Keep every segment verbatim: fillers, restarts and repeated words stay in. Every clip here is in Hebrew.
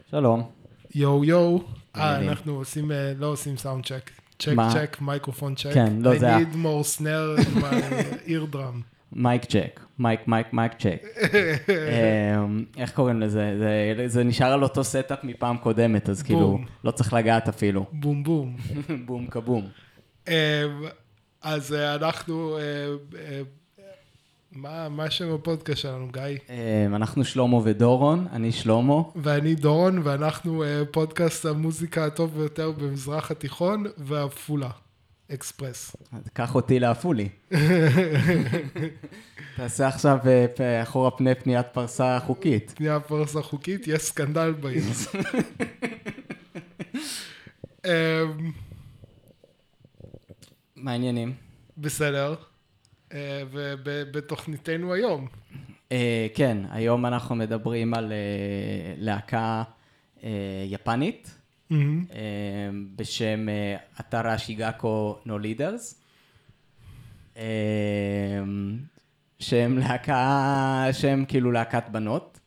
שלום. יו יו. אה, אנחנו עושים, לא עושים סאונד צ'ק. צ'ק צ'ק, מייקרופון צ'ק. כן, לא זה... I need more snare in my eardrum. מייק צ'ק. מייק, מייק, מייק צ'ק. איך קוראים לזה? זה נשאר על אותו סטאפ מפעם קודמת, אז כאילו, לא צריך לגעת אפילו. בום בום. בום כבום. אז אנחנו... מה, מה שם הפודקאסט שלנו, גיא? אנחנו שלמה ודורון, אני שלמה. ואני דורון, ואנחנו פודקאסט המוזיקה הטוב ביותר במזרח התיכון, והפולה, אקספרס. קח אותי לאפולי. תעשה עכשיו אחורה פני פניית פרסה חוקית. פניית פרסה חוקית, יש סקנדל בעיר. מה העניינים? בסדר. ובתוכניתנו היום. כן, היום אנחנו מדברים על להקה יפנית, בשם אתרה שיגאקו נו לידרס, שהם להקה, שהם כאילו להקת בנות,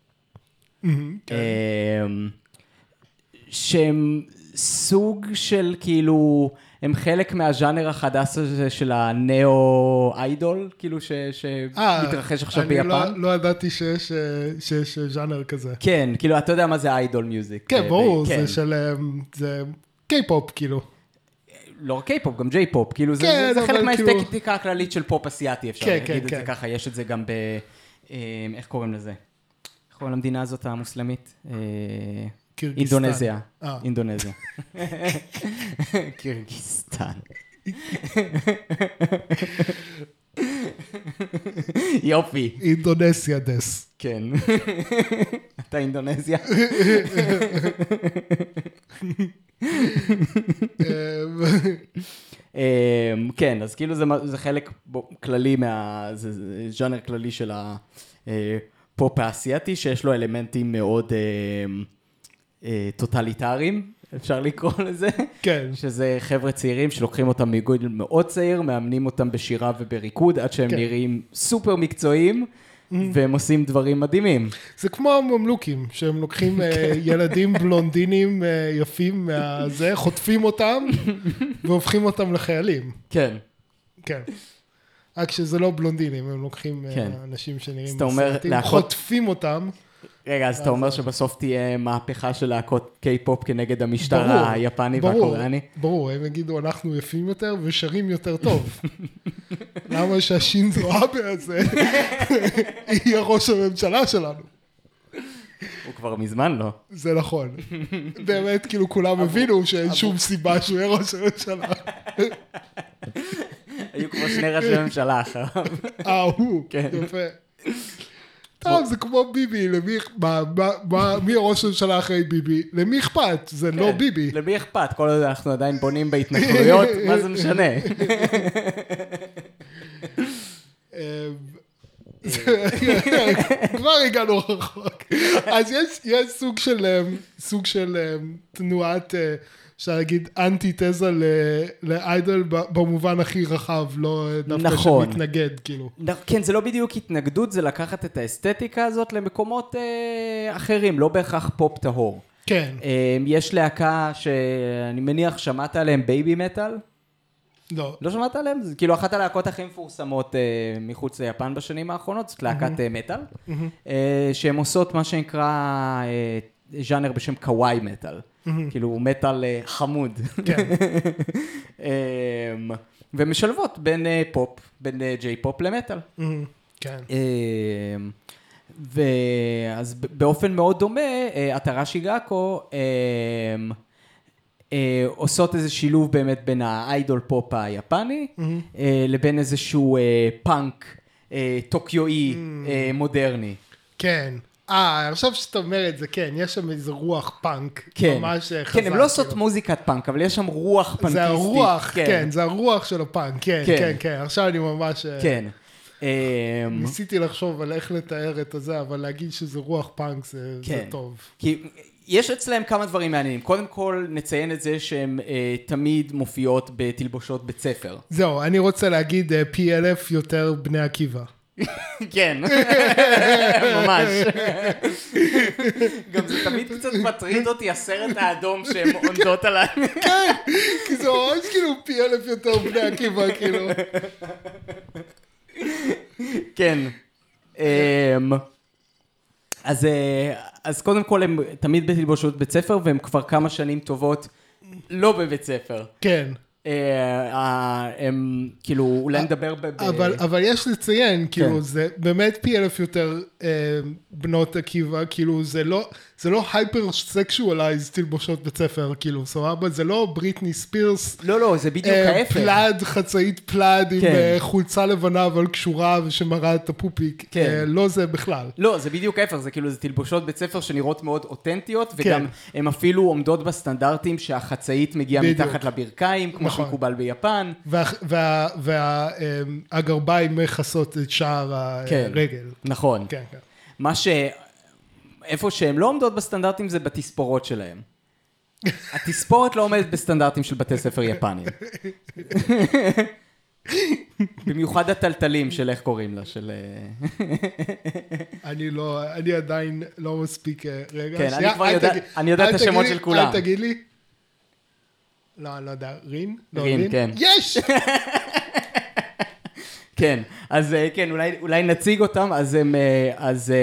שהם סוג של כאילו... הם חלק מהז'אנר החדש הזה של הנאו-איידול, כאילו שמתרחש עכשיו ביפן. אני לא ידעתי שיש ז'אנר כזה. כן, כאילו, אתה יודע מה זה איידול מיוזיק. כן, ברור, זה של... זה קיי-פופ, כאילו. לא רק קיי-פופ, גם ג'יי-פופ, כאילו, זה חלק מהאסתטיקה הכללית של פופ אסיאטי, אפשר להגיד את זה ככה, יש את זה גם ב... איך קוראים לזה? איך קוראים למדינה הזאת המוסלמית? אינדונזיה. אינדונזיה. קירגיסטן. יופי. אינדונזיה דס. כן. אתה אינדונזיה? כן, אז כאילו זה חלק כללי, זה ז'אנר כללי של הפופ האסייתי, שיש לו אלמנטים מאוד... טוטליטריים, אפשר לקרוא לזה. כן. שזה חבר'ה צעירים שלוקחים אותם מגיל מאוד צעיר, מאמנים אותם בשירה ובריקוד, עד שהם נראים סופר מקצועיים, והם עושים דברים מדהימים. זה כמו הממלוקים, שהם לוקחים ילדים בלונדינים יפים מהזה, חוטפים אותם, והופכים אותם לחיילים. כן. כן. רק שזה לא בלונדינים, הם לוקחים אנשים שנראים בסרטים, חוטפים אותם, רגע, אז אתה אומר שבסוף תהיה מהפכה של להקות קיי-פופ כנגד המשטר היפני והקוריאני? ברור, הם יגידו, אנחנו יפים יותר ושרים יותר טוב. למה שהשינזו אבה הזה יהיה ראש הממשלה שלנו? הוא כבר מזמן לא. זה נכון. באמת, כאילו כולם הבינו שאין שום סיבה שהוא יהיה ראש הממשלה. היו כמו שני ראשי הממשלה אחריו. אה, הוא, יפה. טוב, זה כמו ביבי, מי ראש הממשלה אחרי ביבי? למי אכפת? זה לא ביבי. למי אכפת? כל עוד אנחנו עדיין בונים בהתנחלויות, מה זה משנה? כבר הגענו רחוק. אז יש סוג של תנועת, אפשר להגיד, אנטי-תזה לאיידול במובן הכי רחב, לא דווקא שמתנגד, כאילו. כן, זה לא בדיוק התנגדות, זה לקחת את האסתטיקה הזאת למקומות אחרים, לא בהכרח פופ טהור. כן. יש להקה שאני מניח שמעת עליהם בייבי מטל? לא. לא שמעת עליהם? זה כאילו אחת הלהקות הכי מפורסמות מחוץ ליפן בשנים האחרונות, זאת להקת מטל, שהן עושות מה שנקרא ז'אנר בשם קוואי מטל. כאילו מטל חמוד. ומשלבות בין פופ, בין ג'יי פופ למטל. כן. ואז באופן מאוד דומה, אתרה שיגאקו עושות איזה שילוב באמת בין האיידול פופ היפני, לבין איזשהו פאנק טוקיואי מודרני. כן. אה, עכשיו שאתה אומר את זה, כן, יש שם איזה רוח פאנק, ממש חזק. כן, הם לא עושות מוזיקת פאנק, אבל יש שם רוח פאנקיסטית. זה הרוח, כן, זה הרוח של הפאנק, כן, כן, כן, עכשיו אני ממש... כן. ניסיתי לחשוב על איך לתאר את זה, אבל להגיד שזה רוח פאנק זה טוב. כי יש אצלהם כמה דברים מעניינים. קודם כל, נציין את זה שהן תמיד מופיעות בתלבושות בית ספר. זהו, אני רוצה להגיד פי אלף יותר בני עקיבא. כן, ממש. גם זה תמיד קצת מטריד אותי, הסרט האדום שהן עונדות עליי. כן, כי זה ממש כאילו פי אלף יותר בני עקיבא, כאילו. כן. אז, אז קודם כל הם תמיד בתלבושות בית ספר, והם כבר כמה שנים טובות לא בבית ספר. כן. הם כאילו אולי נדבר ב... אבל, אבל יש לציין, כאילו זה באמת פי אלף יותר בנות עקיבא, כאילו זה לא, זה לא הייפר סקשואלייז תלבושות בית ספר, כאילו סבבה, זה לא בריטני ספירס. לא, לא, זה בדיוק ההפך. פלאד, חצאית פלאד עם חולצה לבנה אבל קשורה ושמראה את הפופיק. לא זה בכלל. לא, זה בדיוק ההפך, זה כאילו זה תלבושות בית ספר שנראות מאוד אותנטיות, וגם הן אפילו עומדות בסטנדרטים שהחצאית מגיעה מתחת לברכיים, כמו שמקובל ביפן. והגרביים מכסות את שער הרגל. נכון. מה ש... איפה שהן לא עומדות בסטנדרטים זה בתספורות שלהם. התספורת לא עומדת בסטנדרטים של בתי ספר יפניים. במיוחד הטלטלים של איך קוראים לה, של... אני לא, אני עדיין לא מספיק... רגע, כן, אני כבר יודע, אני יודע את השמות של כולם. אל תגיד לי. לא, אני לא יודע, רין? רין, כן. יש! כן, אז כן, אולי נציג אותם, אז הם... אז...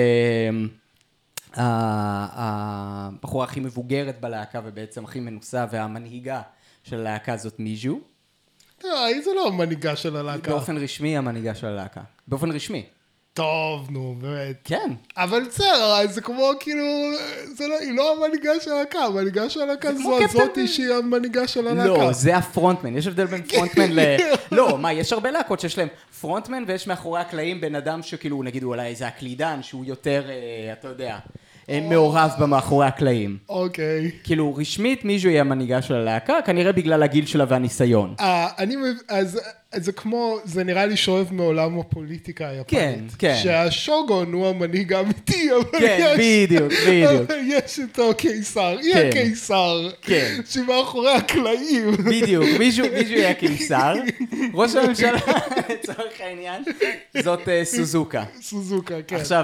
הבחורה הכי מבוגרת בלהקה ובעצם הכי מנוסה והמנהיגה של הלהקה זאת מיז'ו. לא, זה לא המנהיגה של הלהקה. באופן רשמי המנהיגה של הלהקה. באופן רשמי. טוב, נו, באמת. כן. אבל בסדר, זה כמו כאילו, היא לא המנהיגה של הלהקה, המנהיגה של הלהקה זו הזאתי שהיא המנהיגה של הלהקה. לא, זה הפרונטמן, יש הבדל בין פרונטמן ל... לא, מה, יש הרבה להקות שיש להם פרונטמן ויש מאחורי הקלעים בן אדם שכאילו, נגיד אולי זה הקלידן שהוא יותר, אתה יודע, מעורב במאחורי הקלעים. אוקיי. כאילו, רשמית מישהו היא המנהיגה של הלהקה, כנראה בגלל הגיל שלה והניסיון. אני, אז זה כמו, זה נראה לי שואב מעולם הפוליטיקה היפנית. כן, כן. שהשוגון הוא המנהיג האמיתי, אבל כן, בדיוק, בדיוק. יש את הקיסר, היא הקיסר. כן. שמאחורי הקלעים. בדיוק, מישהו יהיה הקיסר. ראש הממשלה, לצורך העניין, זאת סוזוקה. סוזוקה, כן. עכשיו,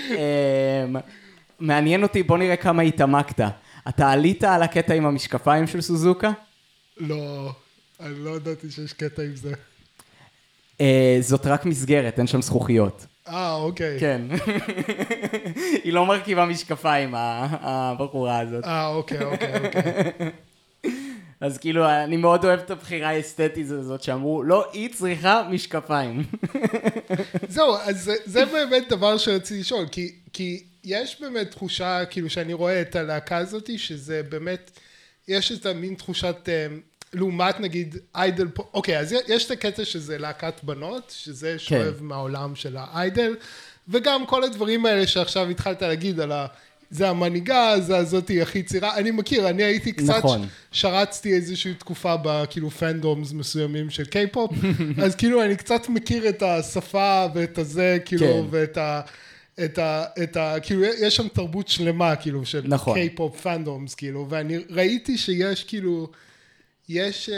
מעניין אותי, בוא נראה כמה התעמקת. אתה עלית על הקטע עם המשקפיים של סוזוקה? לא, אני לא ידעתי שיש קטע עם זה. זאת רק מסגרת, אין שם זכוכיות. אה, אוקיי. כן. היא לא מרכיבה משקפיים, הבחורה הזאת. אה, אוקיי, אוקיי, אוקיי. אז כאילו, אני מאוד אוהב את הבחירה האסתטית הזאת, שאמרו, לא, היא צריכה משקפיים. זהו, אז זה באמת דבר שרציתי לשאול, כי יש באמת תחושה, כאילו, שאני רואה את הלהקה הזאת, שזה באמת, יש את המין תחושת... לעומת נגיד איידל, אוקיי, אז יש את הקטע שזה להקת בנות, שזה שואב מהעולם של האיידל, וגם כל הדברים האלה שעכשיו התחלת להגיד על ה... זה המנהיגה, זה הזאתי הכי צעירה, אני מכיר, אני הייתי קצת, שרצתי איזושהי תקופה בכאילו פנדומס מסוימים של קיי-פופ, אז כאילו אני קצת מכיר את השפה ואת הזה, כאילו, ואת ה... את ה, את ה, כאילו, יש שם תרבות שלמה, כאילו, של קיי-פופ פנדומס, כאילו, ואני ראיתי שיש, כאילו, יש,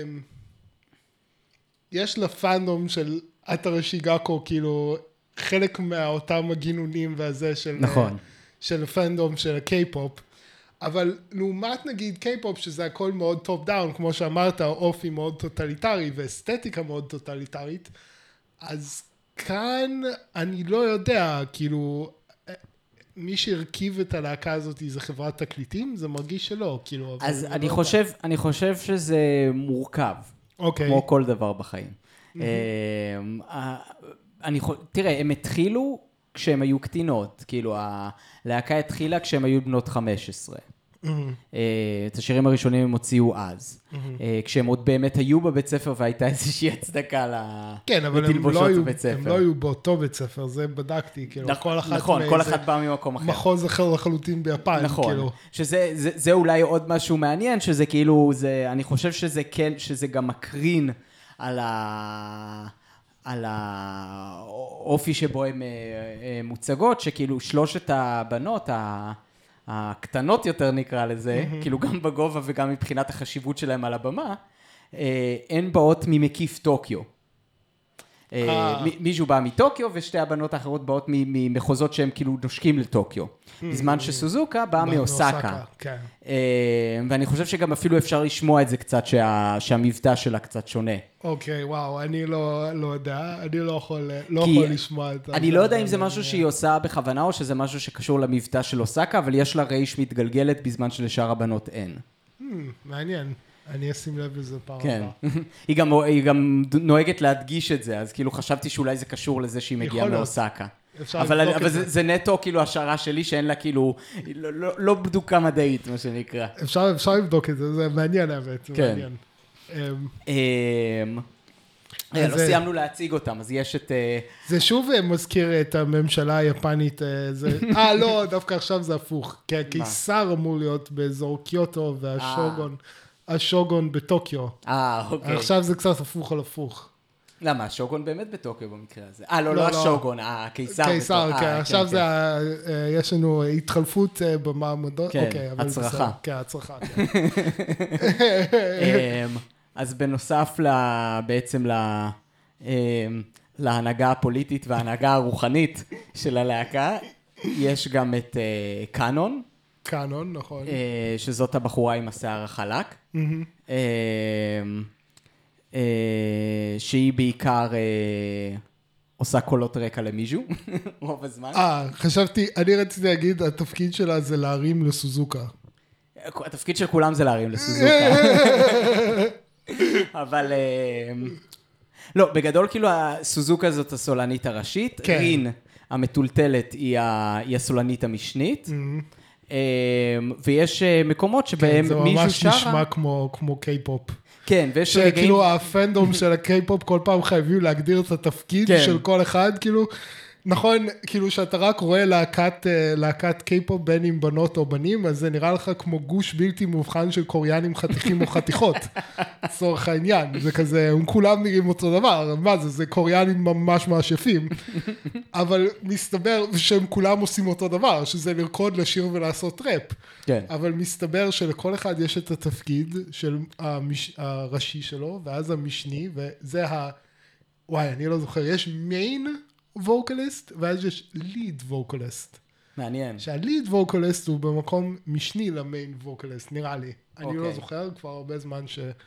יש לפנדום של אתר שיגאקו, כאילו, חלק מאותם הגינונים והזה של, נכון. של פנדום של קיי-פופ, אבל לעומת נגיד קיי-פופ, שזה הכל מאוד טופ דאון, כמו שאמרת, אופי מאוד טוטליטרי, ואסתטיקה מאוד טוטליטרית, אז כאן אני לא יודע, כאילו, מי שהרכיב את הלהקה הזאת זה חברת תקליטים, זה מרגיש שלא, כאילו. אז אני חושב, אני חושב שזה מורכב, כמו כל דבר בחיים. אני חושב, תראה, הם התחילו כשהם היו קטינות, כאילו, הלהקה התחילה כשהם היו בנות חמש עשרה. את השירים הראשונים הם הוציאו אז. כשהם עוד באמת היו בבית ספר והייתה איזושהי הצדקה לתלבושות בבית ספר. הם לא היו באותו בית ספר, זה בדקתי. נכון, כל אחד בא ממקום אחר. מחוז אחר לחלוטין ביפן. נכון, שזה אולי עוד משהו מעניין, שזה כאילו, אני חושב שזה כן, שזה גם מקרין על ה... על האופי שבו הן מוצגות, שכילו שלושת הבנות, הקטנות יותר נקרא לזה, mm-hmm. כאילו גם בגובה וגם מבחינת החשיבות שלהם על הבמה, הן באות ממקיף טוקיו. מישהו בא מטוקיו, ושתי הבנות האחרות באות ממחוזות שהם כאילו נושקים לטוקיו. בזמן שסוזוקה באה מאוסקה. ואני חושב שגם אפילו אפשר לשמוע את זה קצת, שהמבטא שלה קצת שונה. אוקיי, וואו, אני לא יודע, אני לא יכול לשמוע את זה. אני לא יודע אם זה משהו שהיא עושה בכוונה, או שזה משהו שקשור למבטא של אוסקה, אבל יש לה רייש מתגלגלת בזמן שלשאר הבנות אין. מעניין. אני אשים לב לזה פעם. כן. היא גם, היא גם נוהגת להדגיש את זה, אז כאילו חשבתי שאולי זה קשור לזה שהיא מגיעה מאוסקה. אבל, אבל זה, זה נטו כאילו השערה שלי שאין לה כאילו, לא, לא, לא בדוקה מדעית, מה שנקרא. אפשר, אפשר לבדוק את זה, זה מעניין האמת, זה מעניין. לא סיימנו להציג אותם, אז יש את... זה שוב מזכיר את הממשלה היפנית, אה לא, דווקא עכשיו זה הפוך, כי הקיסר אמור להיות באזור קיוטו והשוגון. השוגון בטוקיו. אה, אוקיי. עכשיו זה קצת הפוך על הפוך. למה? השוגון באמת בטוקיו במקרה הזה. אה, לא, לא השוגון, הקיסר. קיסר, כן. עכשיו זה, יש לנו התחלפות במעמדות. כן, הצרחה. כן, הצרחה. אז בנוסף בעצם להנהגה הפוליטית וההנהגה הרוחנית של הלהקה, יש גם את קאנון. קאנון, נכון. שזאת הבחורה עם השיער החלק. שהיא בעיקר עושה קולות רקע למישהו, רוב הזמן. אה, חשבתי, אני רציתי להגיד, התפקיד שלה זה להרים לסוזוקה. התפקיד של כולם זה להרים לסוזוקה. אבל... לא, בגדול כאילו הסוזוקה זאת הסולנית הראשית, רין המטולטלת היא הסולנית המשנית, ויש מקומות שבהם מישהו שרה... זה ממש נשמע כמו קיי-פופ. כן, ויש שכאילו הפנדום של הקיי-פופ כל פעם חייבים להגדיר את התפקיד של כל אחד, כאילו, נכון, כאילו שאתה רק רואה להקת, להקת קיי-פופ בין עם בנות או בנים, אז זה נראה לך כמו גוש בלתי מובחן של קוריאנים חתיכים או חתיכות, צורך העניין, זה כזה, הם כולם נראים אותו דבר, מה זה, זה קוריאנים ממש ממש יפים, אבל מסתבר שהם כולם עושים אותו דבר, שזה לרקוד, לשיר ולעשות ראפ, כן. אבל מסתבר שלכל אחד יש את התפקיד של המש... הראשי שלו, ואז המשני, וזה ה... וואי, אני לא זוכר, יש מיין ווקליסט, ואז יש ליד ווקליסט. מעניין. שהליד ווקליסט הוא במקום משני למיין ווקליסט, נראה לי. אני אוקיי. לא זוכר, כבר הרבה זמן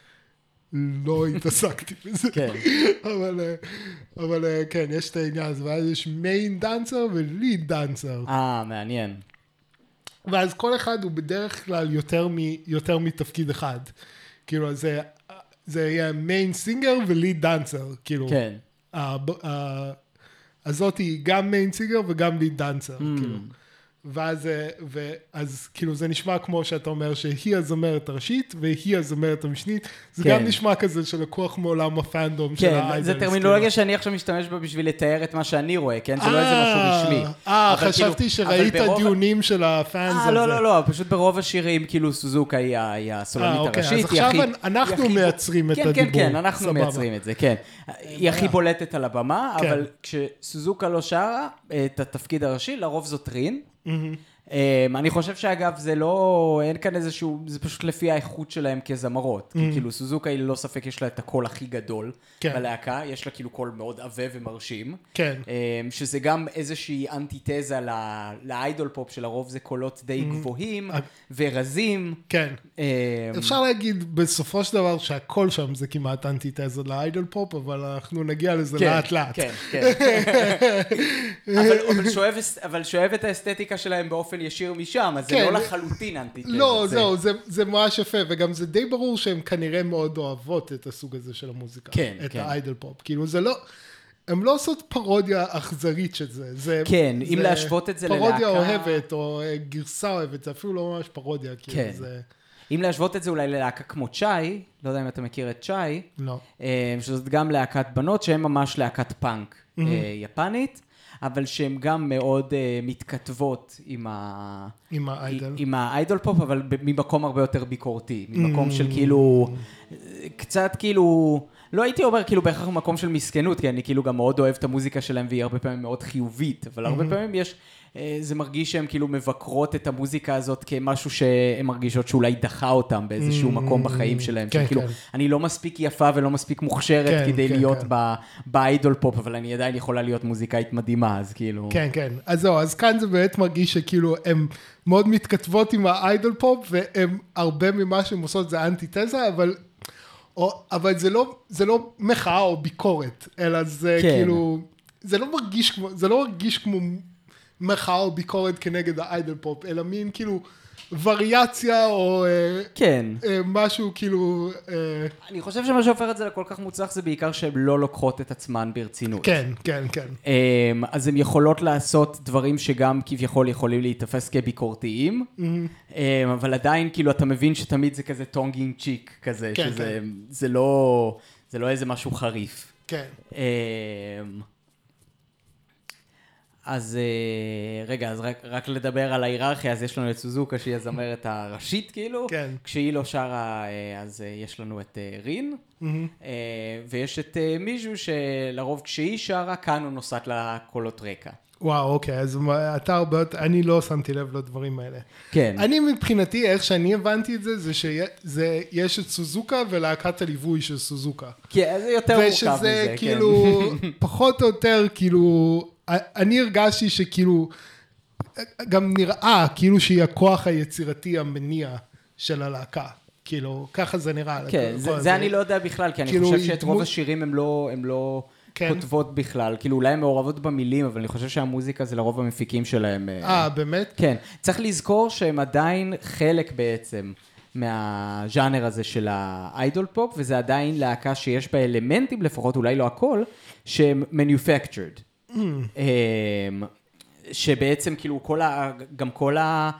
שלא התעסקתי בזה. כן. אבל, אבל כן, יש את העניין הזה, ואז יש מיין דאנסר וליד דאנסר. אה, מעניין. ואז כל אחד הוא בדרך כלל יותר, מ, יותר מתפקיד אחד. כאילו, זה, זה יהיה מיין סינגר וליד דאנסר. כאילו, כן. ה, ה, הזאת היא גם מיין סינגר וגם ליד דאנסר. Mm. כאילו. ואז, ואז כאילו זה נשמע כמו שאתה אומר שהיא הזמרת הראשית והיא הזמרת המשנית, זה כן. גם נשמע כזה שלקוח מעולם הפנדום כן, של האיידלס. זה טרמינולוגיה כאילו. שאני עכשיו משתמש בה בשביל לתאר את מה שאני רואה, כן? זה לא איזה משהו רשמי. אה, חשבתי כאילו, שראית הדיונים של הפאנס הזה. לא, לא, לא, פשוט ברוב השירים כאילו סוזוקה היא, היא הסולנית אוקיי, הראשית. אז עכשיו הכי, אנחנו הכי... מייצרים כן, את הדיבור. כן, כן, אנחנו סבבה. מייצרים את זה, כן. היא הכי בולטת על הבמה, כן. אבל כשסוזוקה לא שרה את התפקיד הראשי, לרוב זאת רין. אני חושב שאגב זה לא, אין כאן איזשהו, זה פשוט לפי האיכות שלהם כזמרות, כי כאילו סוזוקה היא ללא ספק יש לה את הקול הכי גדול בלהקה, יש לה כאילו קול מאוד עבה ומרשים, שזה גם איזושהי אנטיתזה לאיידול פופ שלרוב זה קולות די גבוהים ורזים. כן, אפשר להגיד בסופו של דבר שהקול שם זה כמעט אנטיתזה לאיידול פופ, אבל אנחנו נגיע לזה לאט לאט. כן, כן. אבל שואב את האסתטיקה שלהם באופן ישיר משם, אז זה לא לחלוטין אנטיתזה. לא, זהו, זה ממש יפה, וגם זה די ברור שהן כנראה מאוד אוהבות את הסוג הזה של המוזיקה. כן, את האיידל פופ. כאילו זה לא, הן לא עושות פרודיה אכזרית של זה. כן, אם להשוות את זה ללהקה... פרודיה אוהבת, או גרסה אוהבת, זה אפילו לא ממש פרודיה. כן. אם להשוות את זה אולי ללהקה כמו צ'אי, לא יודע אם אתה מכיר את צ'אי, לא. שזאת גם להקת בנות, שהן ממש להקת פאנק יפנית, אבל שהן גם מאוד uh, מתכתבות עם, ה... עם, האיידל. עם האיידול פופ, אבל ממקום הרבה יותר ביקורתי, ממקום mm. של כאילו, קצת כאילו, לא הייתי אומר כאילו בהכרח מקום של מסכנות, כי אני כאילו גם מאוד אוהב את המוזיקה שלהם, והיא הרבה פעמים מאוד חיובית, אבל הרבה פעמים יש, זה מרגיש שהם כאילו מבקרות את המוזיקה הזאת כמשהו שהן מרגישות שאולי דחה אותם באיזשהו מקום בחיים שלהם, שכאילו, אני לא מספיק יפה ולא מספיק מוכשרת כדי להיות באיידול פופ, אבל אני עדיין יכולה להיות מוזיקאית מדהימה, אז כאילו... כן, כן. אז זהו, אז כאן זה באמת מרגיש שכאילו הם מאוד מתכתבות עם האיידול פופ, והם הרבה ממה שהם עושות זה אנטיתזה, אבל... או, אבל זה לא, זה לא מחאה או ביקורת, אלא זה כן. כאילו, זה לא מרגיש כמו, זה לא מרגיש כמו מחאה או ביקורת כנגד האיידול פופ, אלא מין כאילו וריאציה או כן. אה, משהו כאילו... אה, אני חושב שמה שהופך את זה לכל כך מוצלח זה בעיקר שהן לא לוקחות את עצמן ברצינות. כן, כן, כן. אה, אז הן יכולות לעשות דברים שגם כביכול יכולים להתאפס כביקורתיים, mm-hmm. אה, אבל עדיין כאילו אתה מבין שתמיד זה כזה טונגינג צ'יק כזה, כן, שזה כן. זה לא, זה לא איזה משהו חריף. כן. אה, אז רגע, אז רק, רק לדבר על ההיררכיה, אז יש לנו את סוזוקה שהיא הזמרת הראשית כאילו, כן. כשהיא לא שרה, אז יש לנו את רין, mm-hmm. ויש את מישהו שלרוב כשהיא שרה, כאן הוא נוסעת לקולות רקע. וואו, אוקיי, אז אתה הרבה, אני לא שמתי לב לדברים האלה. כן. אני מבחינתי, איך שאני הבנתי את זה, זה שיש את סוזוקה ולהקת הליווי של סוזוקה. כן, זה יותר מורכב מזה, כן. ושזה כאילו, פחות או יותר, כאילו, אני הרגשתי שכאילו, גם נראה כאילו שהיא הכוח היצירתי המניע של הלהקה. כאילו, ככה זה נראה. כן, זה, זה אני לא יודע בכלל, כי אני כאילו חושב שאת דמו... רוב השירים הם לא, הם לא כן. כותבות בכלל. כאילו, אולי הן מעורבות במילים, אבל אני חושב שהמוזיקה זה לרוב המפיקים שלהם. אה, באמת? כן. צריך לזכור שהם עדיין חלק בעצם מהז'אנר הזה של האיידול פופ, וזה עדיין להקה שיש בה אלמנטים, לפחות אולי לא הכל, שהם manufactured. Mm. שבעצם כאילו כל ה... גם כל ה...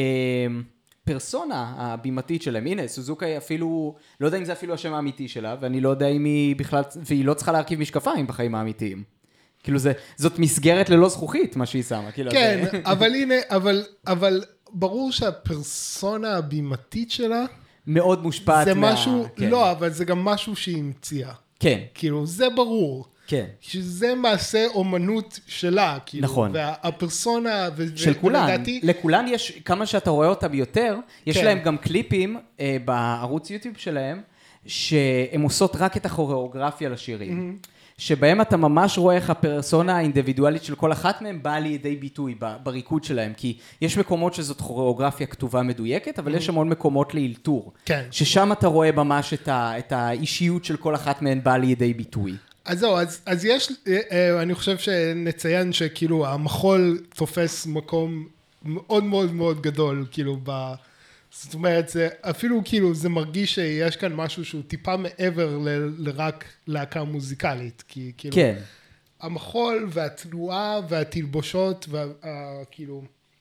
פרסונה הבימתית שלהם, הנה, סוזוקה היא אפילו, לא יודע אם זה אפילו השם האמיתי שלה, ואני לא יודע אם היא בכלל, והיא לא צריכה להרכיב משקפיים בחיים האמיתיים. כאילו זה, זאת מסגרת ללא זכוכית, מה שהיא שמה. כאילו כן, זה... אבל הנה, אבל, אבל ברור שהפרסונה הבימתית שלה, מאוד מושפעת זה מה... משהו, כן. לא, אבל זה גם משהו שהיא המציאה. כן. כאילו, זה ברור. כן. שזה מעשה אומנות שלה, כאילו. נכון. והפרסונה... ו- של ו- כולן. ולדעתי... לכולן יש, כמה שאתה רואה אותם יותר, יש כן. להם גם קליפים אה, בערוץ יוטיוב שלהם, שהם עושות רק את הכוריאוגרפיה לשירים. Mm-hmm. שבהם אתה ממש רואה איך הפרסונה האינדיבידואלית של כל אחת מהם באה לידי ביטוי בריקוד שלהם, כי יש מקומות שזאת כוריאוגרפיה כתובה מדויקת, אבל mm-hmm. יש המון מקומות לאלתור. כן. ששם אתה רואה ממש את, ה- את האישיות של כל אחת מהן באה לידי ביטוי. אז זהו, אז, אז יש, אני חושב שנציין שכאילו המחול תופס מקום מאוד מאוד מאוד גדול, כאילו ב... זאת אומרת, זה, אפילו כאילו זה מרגיש שיש כאן משהו שהוא טיפה מעבר ל, לרק להקה מוזיקלית, כי כאילו... כן. המחול והתנועה והתלבושות, וכאילו...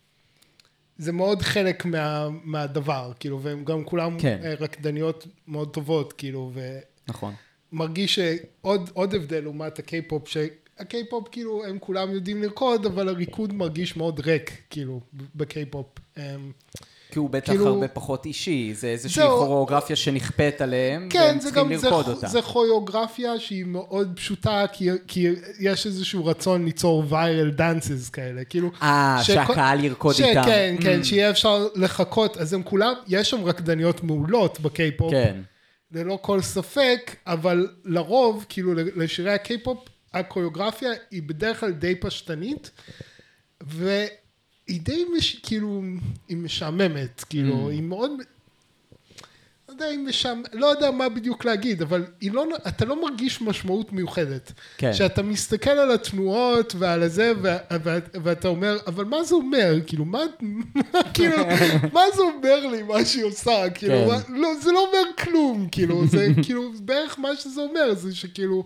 זה מאוד חלק מה, מהדבר, כאילו, והם גם כולם כן. רקדניות מאוד טובות, כאילו, ו... נכון. מרגיש שעוד עוד הבדל לעומת הקיי-פופ, שהקיי-פופ כאילו הם כולם יודעים לרקוד, אבל הריקוד מרגיש מאוד ריק, כאילו, בקיי-פופ. כי הוא בטח כאילו, הרבה פחות אישי, זה איזושהי זה כוריאוגרפיה שנכפית עליהם, כן, והם צריכים לרקוד זה, אותה. זה כוריאוגרפיה שהיא מאוד פשוטה, כי, כי יש איזשהו רצון ליצור ויירל דאנסס כאלה, כאילו... אה, שהקהל ירקוד ש, איתם. כן, mm. כן, שיהיה אפשר לחכות, אז הם כולם, יש שם רקדניות מעולות בקיי-פופ, כן. ללא כל ספק, אבל לרוב, כאילו לשירי הקיי-פופ, הקוריאוגרפיה היא בדרך כלל די פשטנית, והיא די, מש, כאילו, היא משעממת, כאילו, mm. היא מאוד, לא יודע, היא משעממת, לא יודע מה בדיוק להגיד, אבל היא לא, אתה לא מרגיש משמעות מיוחדת. כן. שאתה מסתכל על התנועות ועל זה, ו, ו, ואתה אומר, אבל מה זה אומר? כאילו, מה, כאילו, מה זה אומר לי, מה שהיא עושה? כאילו, כן. מה, לא, זה לא אומר כלום, כאילו, זה כאילו, בערך מה שזה אומר, זה שכאילו,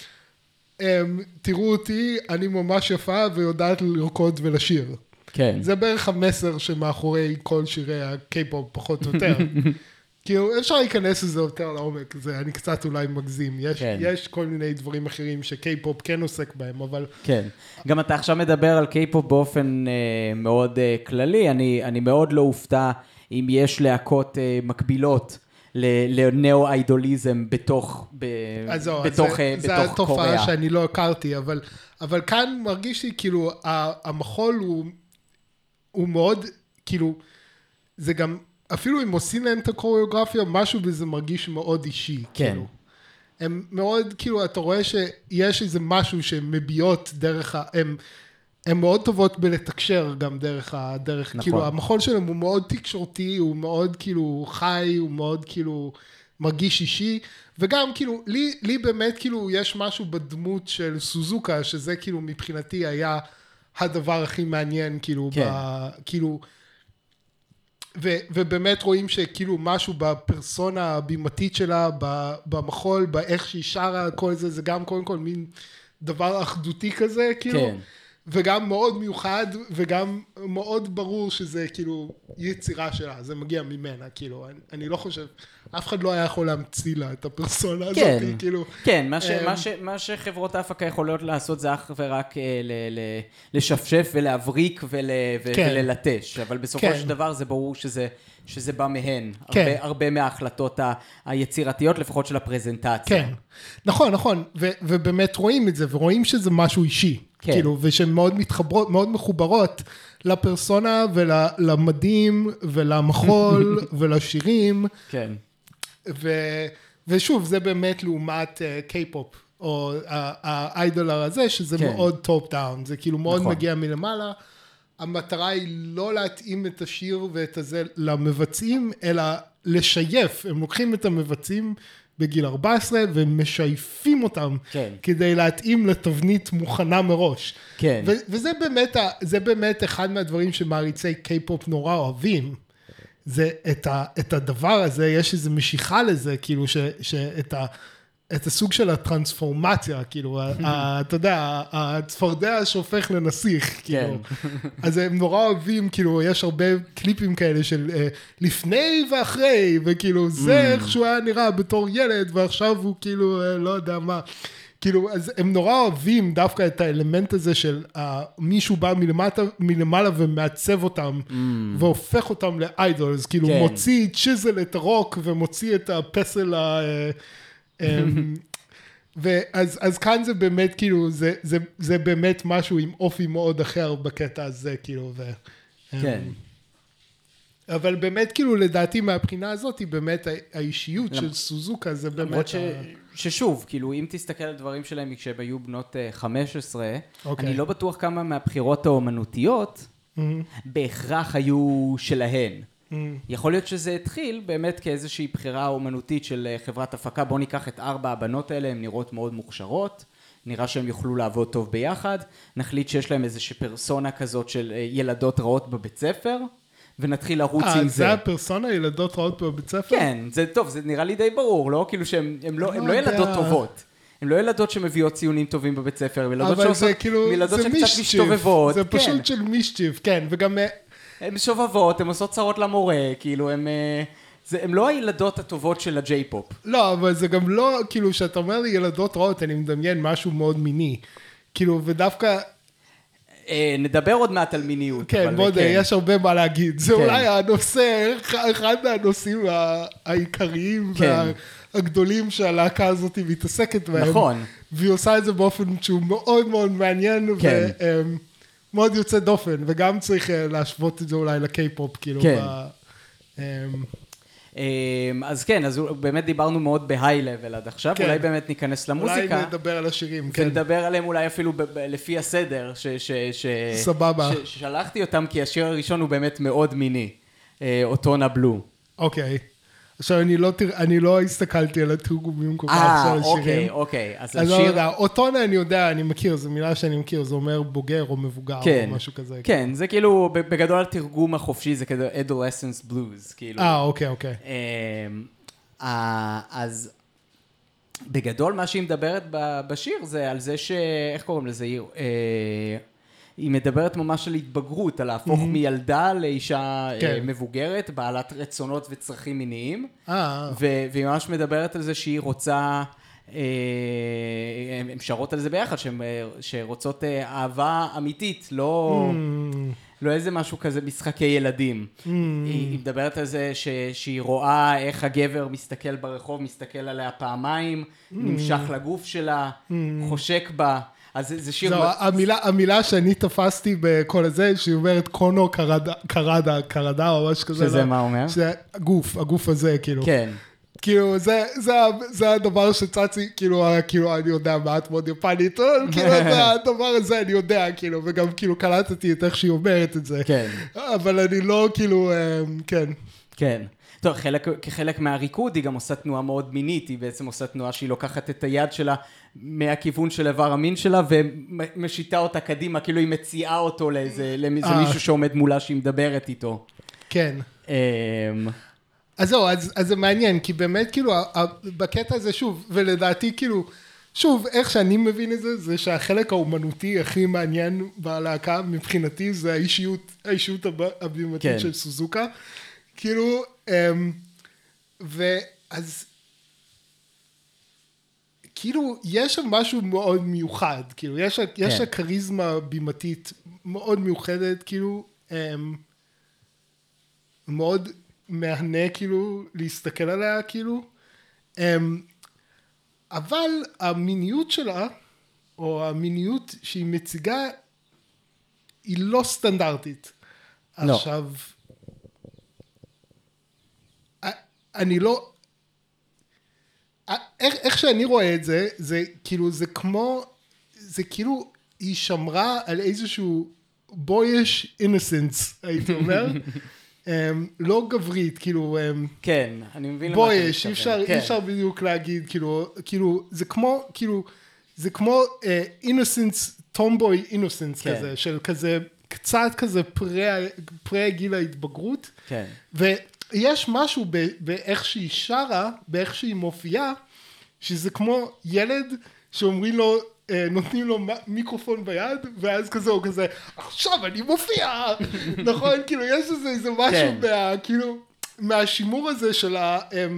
תראו אותי, אני ממש יפה ויודעת לרקוד ולשיר. כן. זה בערך המסר שמאחורי כל שירי הקיי-פופ, פחות או יותר. כאילו, אפשר להיכנס לזה יותר לעומק, זה, אני קצת אולי מגזים, יש, כן. יש כל מיני דברים אחרים שקיי-פופ כן עוסק בהם, אבל... כן, גם אתה עכשיו מדבר על קיי-פופ באופן אה, מאוד אה, כללי, אני, אני מאוד לא אופתע אם יש להקות אה, מקבילות לנאו-איידוליזם בתוך קוריאה. זה התופעה שאני לא הכרתי, אבל כאן מרגיש לי כאילו, המחול הוא מאוד, כאילו, זה גם, אפילו אם עושים להם את הקוריאוגרפיה, משהו בזה מרגיש מאוד אישי, כאילו. הם מאוד, כאילו, אתה רואה שיש איזה משהו שהן מביעות דרך, הם, הם מאוד טובות בלתקשר גם דרך הדרך, נכון. כאילו, המחול שלהם הוא מאוד תקשורתי, הוא מאוד כאילו חי, הוא מאוד כאילו מרגיש אישי, וגם כאילו, לי, לי באמת כאילו יש משהו בדמות של סוזוקה, שזה כאילו מבחינתי היה הדבר הכי מעניין, כאילו, כן. ב, כאילו, ו, ובאמת רואים שכאילו משהו בפרסונה הבימתית שלה, במחול, באיך שהיא שרה, כל זה, זה גם קודם כל מין דבר אחדותי כזה, כאילו, כן. וגם מאוד מיוחד, וגם מאוד ברור שזה כאילו יצירה שלה, זה מגיע ממנה, כאילו, אני, אני לא חושב, אף אחד לא היה יכול להמציא לה את הפרסונה כן, הזאת, כאילו. כן, מה, ש, מה, ש, מה שחברות ההפקה יכולות לעשות זה אך ורק ל, ל, לשפשף ולהבריק ול, כן. וללטש, אבל בסופו כן. של דבר זה ברור שזה, שזה בא מהן, כן. הרבה, הרבה מההחלטות ה, היצירתיות, לפחות של הפרזנטציה. כן, נכון, נכון, ו, ובאמת רואים את זה, ורואים שזה משהו אישי. כן. כאילו, ושהן מאוד מתחברות, מאוד מחוברות לפרסונה ולמדים ולמחול ולשירים. כן. ו, ושוב, זה באמת לעומת קיי-פופ, או האיידולר הזה, שזה כן. מאוד טופ דאון, זה כאילו מאוד נכון. מגיע מלמעלה. המטרה היא לא להתאים את השיר ואת הזה למבצעים, אלא לשייף. הם לוקחים את המבצעים בגיל ארבע עשרה, ומשייפים אותם, כן. כדי להתאים לתבנית מוכנה מראש. כן. ו- וזה באמת, זה באמת אחד מהדברים שמעריצי קיי-פופ נורא אוהבים, זה את, ה- את הדבר הזה, יש איזו משיכה לזה, כאילו, ש- שאת ה- את הסוג של הטרנספורמציה, כאילו, אתה יודע, הצפרדע שהופך לנסיך, כאילו. אז הם נורא אוהבים, כאילו, יש הרבה קליפים כאלה של לפני ואחרי, וכאילו, זה איך שהוא היה נראה בתור ילד, ועכשיו הוא כאילו, לא יודע מה. כאילו, אז הם נורא אוהבים דווקא את האלמנט הזה של מישהו בא מלמעלה ומעצב אותם, והופך אותם לאיידולס, כאילו, מוציא צ'יזל את הרוק, ומוציא את הפסל ה... ואז אז כאן זה באמת כאילו זה זה זה באמת משהו עם אופי מאוד אחר בקטע הזה כאילו ו כן. אבל באמת כאילו לדעתי מהבחינה הזאת היא באמת האישיות של סוזוקה זה באמת ששוב כאילו אם תסתכל על דברים שלהם כשהם היו בנות חמש עשרה אני לא בטוח כמה מהבחירות האומנותיות בהכרח היו שלהן. יכול להיות שזה התחיל באמת כאיזושהי בחירה אומנותית של חברת הפקה, בוא ניקח את ארבע הבנות האלה, הן נראות מאוד מוכשרות, נראה שהן יוכלו לעבוד טוב ביחד, נחליט שיש להם איזושהי פרסונה כזאת של ילדות רעות בבית ספר, ונתחיל לרוץ עם זה. זה הפרסונה, ילדות רעות בבית ספר? כן, זה טוב, זה נראה לי די ברור, לא? כאילו שהן לא, לא ילדות טובות. הן לא ילדות שמביאות ציונים טובים בבית ספר, אבל זה כאילו, זה מישטיב, זה פשוט כן. של מישטיב, כן, וגם... הן שובבות, הן עושות צרות למורה, כאילו, הן... זה, הן לא הילדות הטובות של הג'יי-פופ. לא, אבל זה גם לא, כאילו, שאתה אומר לי ילדות רעות, אני מדמיין משהו מאוד מיני. כאילו, ודווקא... אה, נדבר עוד מעט על מיניות. כן, בוא דה, כן. יש הרבה מה להגיד. זה כן. אולי הנושא, אחד מהנושאים העיקריים כן. והגדולים שהלהקה הזאת מתעסקת בהם. נכון. והיא עושה את זה באופן שהוא מאוד מאוד מעניין, כן. ו... מאוד יוצא דופן, וגם צריך להשוות את זה אולי לקיי-פופ, כאילו. כן. אז כן, אז באמת דיברנו מאוד בהיי-לבל עד עכשיו, אולי באמת ניכנס למוזיקה. אולי נדבר על השירים, כן. ונדבר עליהם אולי אפילו לפי הסדר, סבבה. ששלחתי אותם, כי השיר הראשון הוא באמת מאוד מיני, אוטונה בלו. אוקיי. עכשיו, אני לא, אני לא הסתכלתי על התרגומים כל כך של השירים. אוקיי, אוקיי. אז השיר... אוטונה אני יודע, אני מכיר, זו מילה שאני מכיר, זה אומר בוגר או מבוגר או משהו כזה. כן, זה כאילו, בגדול התרגום החופשי, זה כזה adolescence blues, כאילו. אה, אוקיי, אוקיי. אז בגדול מה שהיא מדברת בשיר זה על זה ש... איך קוראים לזה? היא מדברת ממש על התבגרות, על להפוך mm-hmm. מילדה לאישה כן. מבוגרת, בעלת רצונות וצרכים מיניים. ו- והיא ממש מדברת על זה שהיא רוצה הן שרות על זה ביחד, שרוצות אהבה אמיתית, לא... לא איזה משהו כזה משחקי ילדים. Mm. היא, היא מדברת על זה ש, שהיא רואה איך הגבר מסתכל ברחוב, מסתכל עליה פעמיים, mm. נמשך לגוף שלה, mm. חושק בה. אז זה, זה שיר... זו, המילה, המילה שאני תפסתי בכל הזה, שהיא אומרת קונו קרדה, קרדה, קרדה או משהו כזה. שזה לא, מה אומר? שזה הגוף, הגוף הזה, כאילו. כן. כאילו, זה, זה, זה הדבר שצצי, כאילו, כאילו, אני יודע מעט מאוד יפנית, כאילו, זה הדבר הזה, אני יודע, כאילו, וגם, כאילו, קלטתי את איך שהיא אומרת את זה. כן. אבל אני לא, כאילו, כן. כן. טוב, חלק, כחלק מהריקוד, היא גם עושה תנועה מאוד מינית, היא בעצם עושה תנועה שהיא לוקחת את היד שלה מהכיוון של איבר המין שלה, ומשיתה אותה קדימה, כאילו היא מציעה אותו לאיזה, לאיזה מישהו שעומד מולה שהיא מדברת איתו. כן. אז זהו, אז, אז זה מעניין, כי באמת, כאילו, בקטע הזה, שוב, ולדעתי, כאילו, שוב, איך שאני מבין את זה, זה שהחלק האומנותי הכי מעניין בלהקה, מבחינתי, זה האישיות, האישיות הבימתית כן. של סוזוקה. כאילו, ואז, כאילו, יש שם משהו מאוד מיוחד, כאילו, יש, כן. יש הכריזמה בימתית מאוד מיוחדת, כאילו, מאוד מהנה, כאילו, להסתכל עליה, כאילו, אבל המיניות שלה, או המיניות שהיא מציגה, היא לא סטנדרטית. לא. עכשיו, אני לא, איך, איך שאני רואה את זה, זה כאילו, זה כמו, זה כאילו, היא שמרה על איזשהו boyish innocence, הייתי אומר, לא גברית, כאילו, כן, אני מבין למה אתה מתכוון. boyish, אי אפשר בדיוק להגיד, כאילו, כאילו, זה כמו, כאילו, זה כמו innocence, tomboy innocence כזה, של כזה, קצת כזה פרה גיל ההתבגרות, כן. ו... יש משהו באיך שהיא שרה, באיך שהיא מופיעה, שזה כמו ילד שאומרים לו, נותנים לו מיקרופון ביד, ואז כזה או כזה, עכשיו אני מופיע, נכון? כאילו יש איזה, איזה משהו כן. מה, כאילו, מהשימור הזה של ה,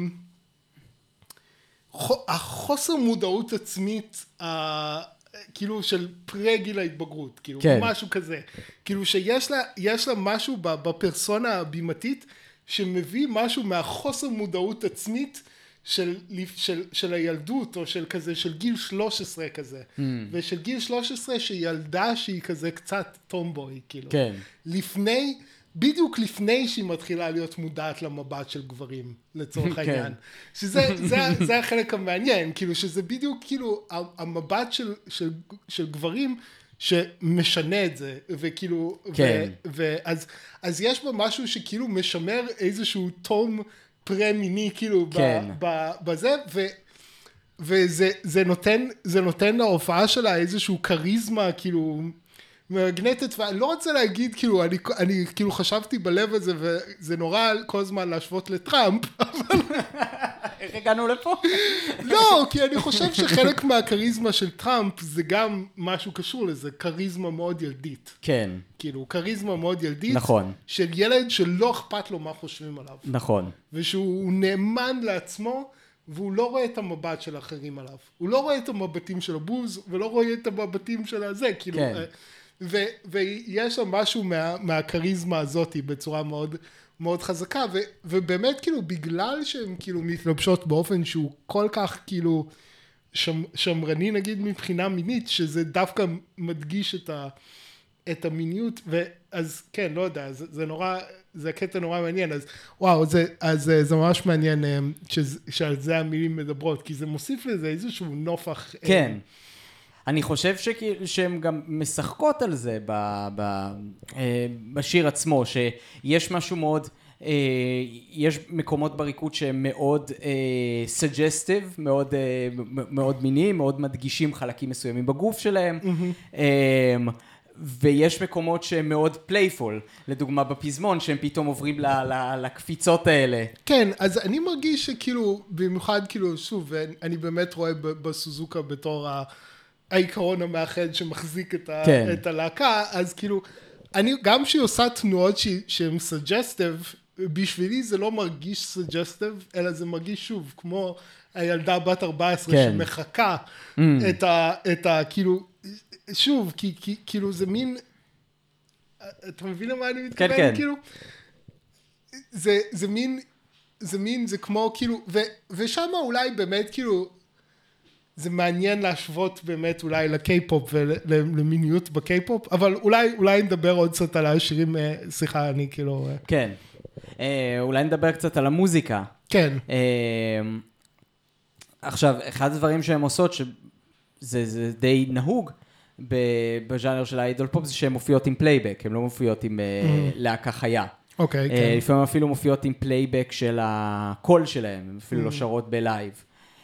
החוסר מודעות עצמית, כאילו של פרה גיל ההתבגרות, כאילו כן. משהו כזה, כאילו שיש לה, יש לה משהו בפרסונה הבימתית, שמביא משהו מהחוסר מודעות עצמית של, של, של הילדות, או של כזה, של גיל שלוש עשרה כזה. Mm. ושל גיל שלוש עשרה שילדה שהיא כזה קצת טומבוי, כאילו. כן. לפני, בדיוק לפני שהיא מתחילה להיות מודעת למבט של גברים, לצורך העניין. שזה, זה, זה החלק המעניין, כאילו, שזה בדיוק, כאילו, המבט של, של, של גברים, שמשנה את זה, וכאילו, כן. ו, ואז, אז יש בה משהו שכאילו משמר איזשהו תום פרה-מיני, כאילו, כן. ב, ב, בזה, ו, וזה, זה נותן, זה נותן להופעה שלה איזשהו קריזמה, כאילו, מגנטת, ואני לא רוצה להגיד, כאילו, אני, אני כאילו חשבתי בלב הזה, וזה נורא כל הזמן להשוות לטראמפ, אבל... איך הגענו לפה? לא, כי אני חושב שחלק מהקריזמה של טראמפ זה גם משהו קשור לזה, קריזמה מאוד ילדית. כן. כאילו, קריזמה מאוד ילדית. נכון. של ילד שלא אכפת לו מה חושבים עליו. נכון. ושהוא נאמן לעצמו, והוא לא רואה את המבט של האחרים עליו. הוא לא רואה את המבטים של הבוז, ולא רואה את המבטים של הזה, כאילו. כן. ו- ויש שם משהו מה- מהקריזמה הזאת בצורה מאוד... מאוד חזקה, ו- ובאמת כאילו בגלל שהן כאילו מתלבשות באופן שהוא כל כך כאילו שמ- שמרני נגיד מבחינה מינית, שזה דווקא מדגיש את, ה- את המיניות, ואז כן, לא יודע, זה, זה נורא, זה קטע נורא מעניין, אז וואו, זה, אז זה ממש מעניין שזה, שעל זה המילים מדברות, כי זה מוסיף לזה איזשהו נופח. כן. אני חושב שהן גם משחקות על זה בשיר עצמו, שיש משהו מאוד, יש מקומות בריקוד שהם מאוד סג'סטיב, מאוד, מאוד מיניים, מאוד מדגישים חלקים מסוימים בגוף שלהם, ויש מקומות שהם מאוד פלייפול, לדוגמה בפזמון, שהם פתאום עוברים לקפיצות האלה. כן, אז אני מרגיש שכאילו, במיוחד כאילו, שוב, אני באמת רואה בסוזוקה בתור ה... העיקרון המאחד שמחזיק את, ה, כן. את הלהקה, אז כאילו, אני, גם שהיא עושה תנועות שהן סג'סטיב, בשבילי זה לא מרגיש סוג'סטיב, אלא זה מרגיש שוב, כמו הילדה בת ארבע עשרה כן. שמחכה mm. את ה, את ה, כאילו, שוב, כי, כי, כאילו זה מין, אתה מבין למה אני מתכוון? כן, כן. כאילו, זה, זה מין, זה מין, זה כמו, כאילו, ו, ושם אולי באמת, כאילו, זה מעניין להשוות באמת אולי לקיי-פופ ולמיניות בקיי-פופ, אבל אולי, אולי נדבר עוד קצת על השירים, סליחה, אני כאילו... כן, אולי נדבר קצת על המוזיקה. כן. עכשיו, אחד הדברים שהן עושות, שזה די נהוג בז'אנר של האיידול פופ, זה שהן מופיעות עם פלייבק, הן לא מופיעות עם להקה חיה. אוקיי, כן. לפעמים אפילו מופיעות עם פלייבק של הקול שלהם, הן אפילו לא שרות בלייב.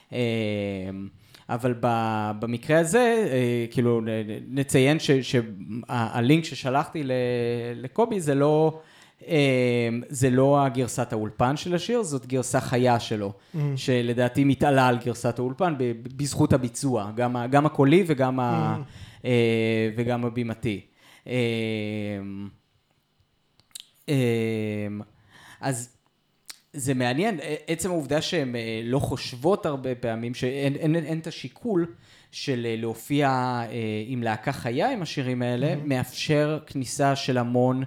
אבל במקרה הזה, כאילו, נציין שהלינק ששלחתי לקובי זה לא, זה לא הגרסת האולפן של השיר, זאת גרסה חיה שלו, שלדעתי מתעלה על גרסת האולפן בזכות הביצוע, גם הקולי וגם וגם הבימתי. אז זה מעניין, עצם העובדה שהן לא חושבות הרבה פעמים, שאין אין, אין את השיקול של להופיע עם להקה חיה עם השירים האלה, mm-hmm. מאפשר כניסה של המון,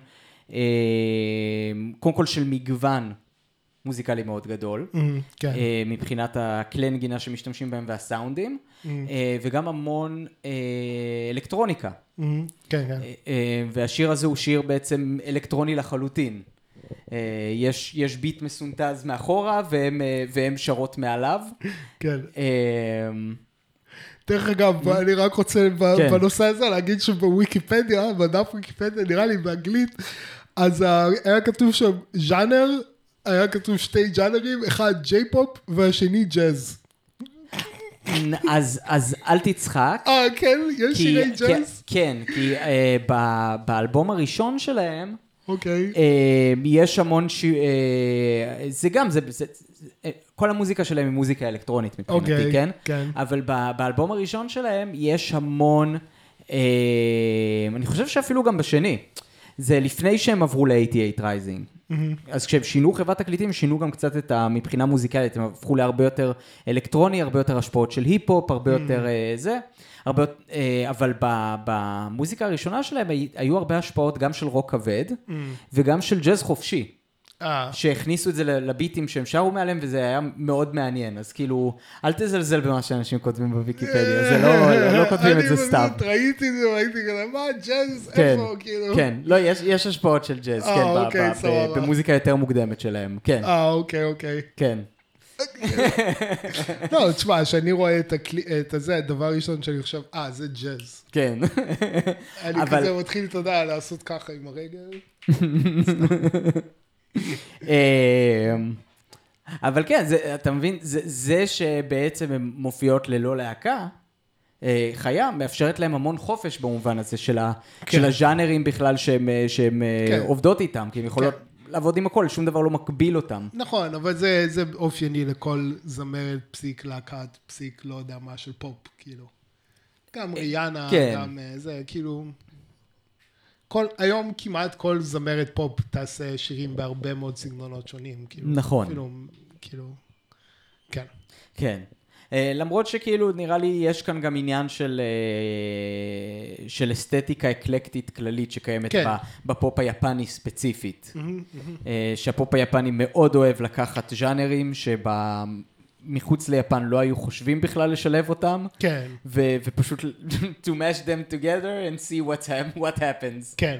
קודם כל של מגוון מוזיקלי מאוד גדול, mm-hmm, כן. מבחינת הכלי נגינה שמשתמשים בהם והסאונדים, mm-hmm. וגם המון אלקטרוניקה. Mm-hmm, כן, כן. והשיר הזה הוא שיר בעצם אלקטרוני לחלוטין. יש, יש ביט מסונטז מאחורה, והם, והם שרות מעליו. כן. דרך אגב, אני רק רוצה בנושא הזה להגיד שבוויקיפדיה, בדף ויקיפדיה, נראה לי באנגלית, אז היה כתוב שם ז'אנר, היה כתוב שתי ז'אנרים, אחד ג'יי-פופ והשני ג'אז. אז, אז אל תצחק. אה, כן? יש שירי ג'אז? כן, כי באלבום הראשון שלהם, אוקיי. יש המון ש... זה גם, זה... כל המוזיקה שלהם היא מוזיקה אלקטרונית מבחינתי, כן? כן. אבל באלבום הראשון שלהם יש המון, אני חושב שאפילו גם בשני, זה לפני שהם עברו ל-שמונים ושמונה Rising. אז כשהם שינו חברת תקליטים, שינו גם קצת את מבחינה מוזיקלית, הם הפכו להרבה יותר אלקטרוני, הרבה יותר השפעות של היפ-הופ, הרבה יותר זה. הרבה, אבל במוזיקה הראשונה שלהם היו הרבה השפעות גם של רוק כבד, mm. וגם של ג'אז חופשי, ah. שהכניסו את זה לביטים שהם שרו מעליהם, וזה היה מאוד מעניין. אז כאילו, אל תזלזל במה שאנשים כותבים בוויקיפדיה, זה לא, לא כותבים את זה סתם. אני ראיתי את זה, ראיתי כזה, מה, ג'אז, איפה, כאילו? כן, לא, יש, יש השפעות של ג'אז, כן, אוקיי, במוזיקה יותר מוקדמת שלהם, כן. אה, אוקיי, אוקיי. כן. לא, תשמע, שאני רואה את הזה, הדבר ראשון שאני חושב, אה, זה ג'אז. כן. אני כזה מתחיל, אתה יודע, לעשות ככה עם הרגל. אבל כן, אתה מבין, זה שבעצם הן מופיעות ללא להקה, חיה, מאפשרת להם המון חופש במובן הזה של הז'אנרים בכלל שהן עובדות איתם, כי הן יכולות... לעבוד עם הכל, שום דבר לא מקביל אותם. נכון, אבל זה, זה אופייני לכל זמרת, פסיק, להקת, פסיק, לא יודע מה, של פופ, כאילו. גם ריאנה, כן. גם זה, כאילו... כל, היום כמעט כל זמרת פופ תעשה שירים בהרבה מאוד סגנונות שונים. כאילו, נכון. כאילו, כאילו, כן. כן. למרות שכאילו נראה לי יש כאן גם עניין של, של אסתטיקה אקלקטית כללית שקיימת כן. בפופ היפני ספציפית. Mm-hmm, mm-hmm. שהפופ היפני מאוד אוהב לקחת ז'אנרים שמחוץ ליפן לא היו חושבים בכלל לשלב אותם. כן. ו- ופשוט to mash them together and see what, ha- what happens. כן.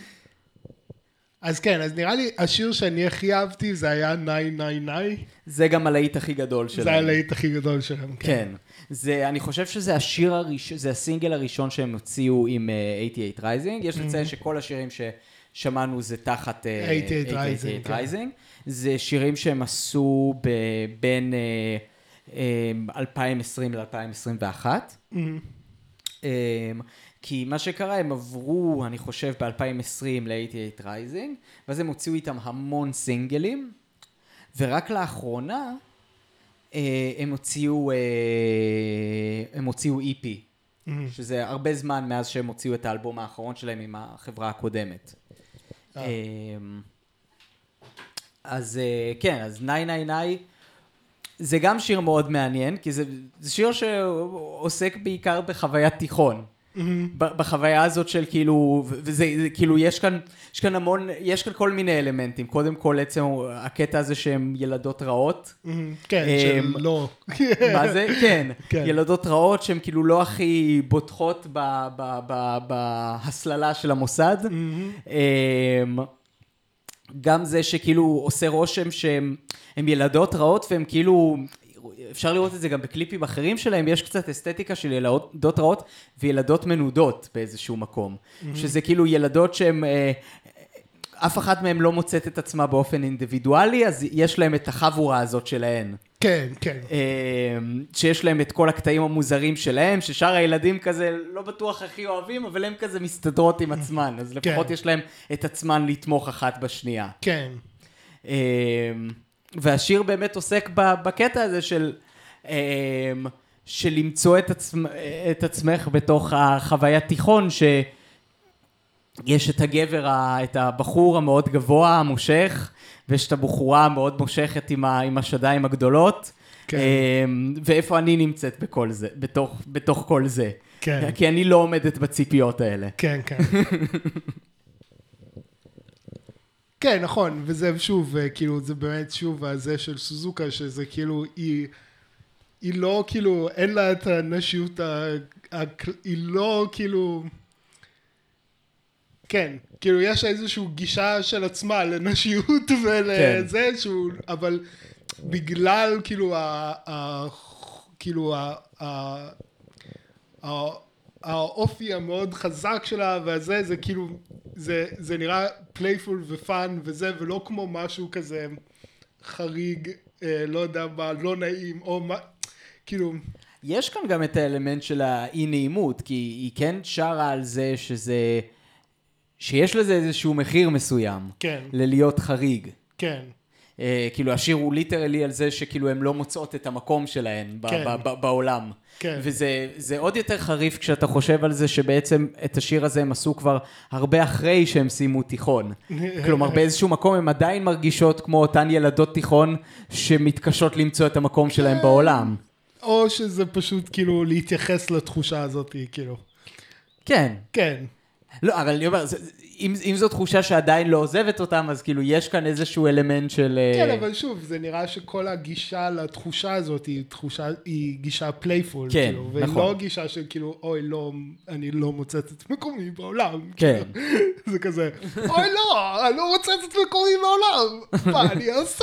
אז כן, אז נראה לי, השיר שאני הכי אהבתי, זה היה ניי ניי ניי. זה גם הלהיט הכי גדול שלהם. זה הלהיט הכי גדול שלהם, כן. כן. זה, אני חושב שזה השיר הראשון, זה הסינגל הראשון שהם הוציאו עם uh, שמונים ושמונה Rising. יש לציין mm-hmm. שכל השירים ששמענו זה תחת uh, שמונים ושמונה Rising. כן. זה שירים שהם עשו ב- בין uh, um, אלפיים ועשרים ל-אלפיים עשרים ואחת. Mm-hmm. Um, כי מה שקרה, הם עברו, אני חושב, ב-אלפיים ועשרים ל-שמונים ושמונה Rising, ואז הם הוציאו איתם המון סינגלים, ורק לאחרונה הם הוציאו, הם הוציאו E P, mm-hmm. שזה הרבה זמן מאז שהם הוציאו את האלבום האחרון שלהם עם החברה הקודמת. Oh. אז כן, אז ניי ניי ניי, זה גם שיר מאוד מעניין, כי זה, זה שיר שעוסק בעיקר בחוויית תיכון. בחוויה הזאת של כאילו, וזה כאילו, יש כאן, יש כאן המון, יש כאן כל מיני אלמנטים. קודם כל, עצם הקטע הזה שהן ילדות רעות. כן, של לא. מה זה? כן. ילדות רעות שהן כאילו לא הכי בוטחות בהסללה של המוסד. גם זה שכאילו עושה רושם שהן ילדות רעות, והן כאילו, אפשר לראות את זה גם בקליפים אחרים שלהם, יש קצת אסתטיקה של ילדות רעות וילדות מנודות באיזשהו מקום. שזה כאילו ילדות שהן, אף אחת מהן לא מוצאת את עצמה באופן אינדיבידואלי, אז יש להם את החבורה הזאת שלהן. כן, כן. שיש להם את כל הקטעים המוזרים שלהם, ששאר הילדים כזה לא בטוח הכי אוהבים, אבל הם כזה מסתדרות עם עצמן, אז לפחות יש להם את עצמן לתמוך אחת בשנייה. כן. והשיר באמת עוסק בקטע הזה של, של למצוא את, עצמ, את עצמך בתוך החוויית תיכון, שיש את הגבר, את הבחור המאוד גבוה, המושך, ויש את הבחורה המאוד מושכת עם, ה, עם השדיים הגדולות, כן. ואיפה אני נמצאת בכל זה, בתוך, בתוך כל זה. כן. כי אני לא עומדת בציפיות האלה. כן, כן. כן, נכון, וזה שוב, כאילו, זה באמת שוב הזה של סוזוקה, שזה כאילו, היא, היא לא, כאילו, אין לה את הנשיות, היא לא, כאילו, כן, כאילו, יש איזושהי גישה של עצמה לנשיות ולזה, שהוא, אבל בגלל, כאילו, ה, ה, כאילו, ה, ה, ה, האופי המאוד חזק שלה, וזה, זה כאילו, זה, זה נראה פלייפול ופן וזה, ולא כמו משהו כזה חריג, אה, לא יודע מה, לא נעים, או מה, כאילו... יש כאן גם את האלמנט של האי נעימות, כי היא כן שרה על זה שזה, שיש לזה איזשהו מחיר מסוים. כן. ללהיות חריג. כן. אה, כאילו השיר הוא ליטרלי על זה שכאילו הם לא מוצאות את המקום שלהן כן. ב- ב- בעולם. כן. וזה זה עוד יותר חריף כשאתה חושב על זה שבעצם את השיר הזה הם עשו כבר הרבה אחרי שהם סיימו תיכון. כלומר באיזשהו מקום הם עדיין מרגישות כמו אותן ילדות תיכון שמתקשות למצוא את המקום שלהם בעולם. או שזה פשוט כאילו להתייחס לתחושה הזאת, כאילו. כן. כן. לא, אבל אני אומר, אם, אם זו תחושה שעדיין לא עוזבת אותם, אז כאילו יש כאן איזשהו אלמנט של... כן, אבל שוב, זה נראה שכל הגישה לתחושה הזאת היא תחושה, היא גישה פלייפול. כן, כאילו, נכון. ולא גישה של כאילו, אוי, לא, אני לא מוצאת את מקומי בעולם. כן. כאילו, זה כזה, אוי, לא, אני לא מוצאת את מקומי בעולם. מה אני אעשה?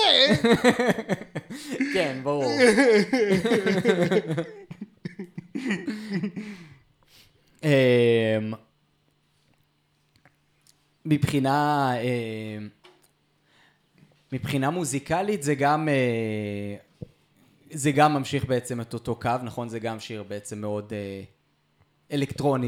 כן, ברור. אמ... מבחינה, מבחינה מוזיקלית זה גם, זה גם ממשיך בעצם את אותו קו, נכון? זה גם שיר בעצם מאוד אלקטרוני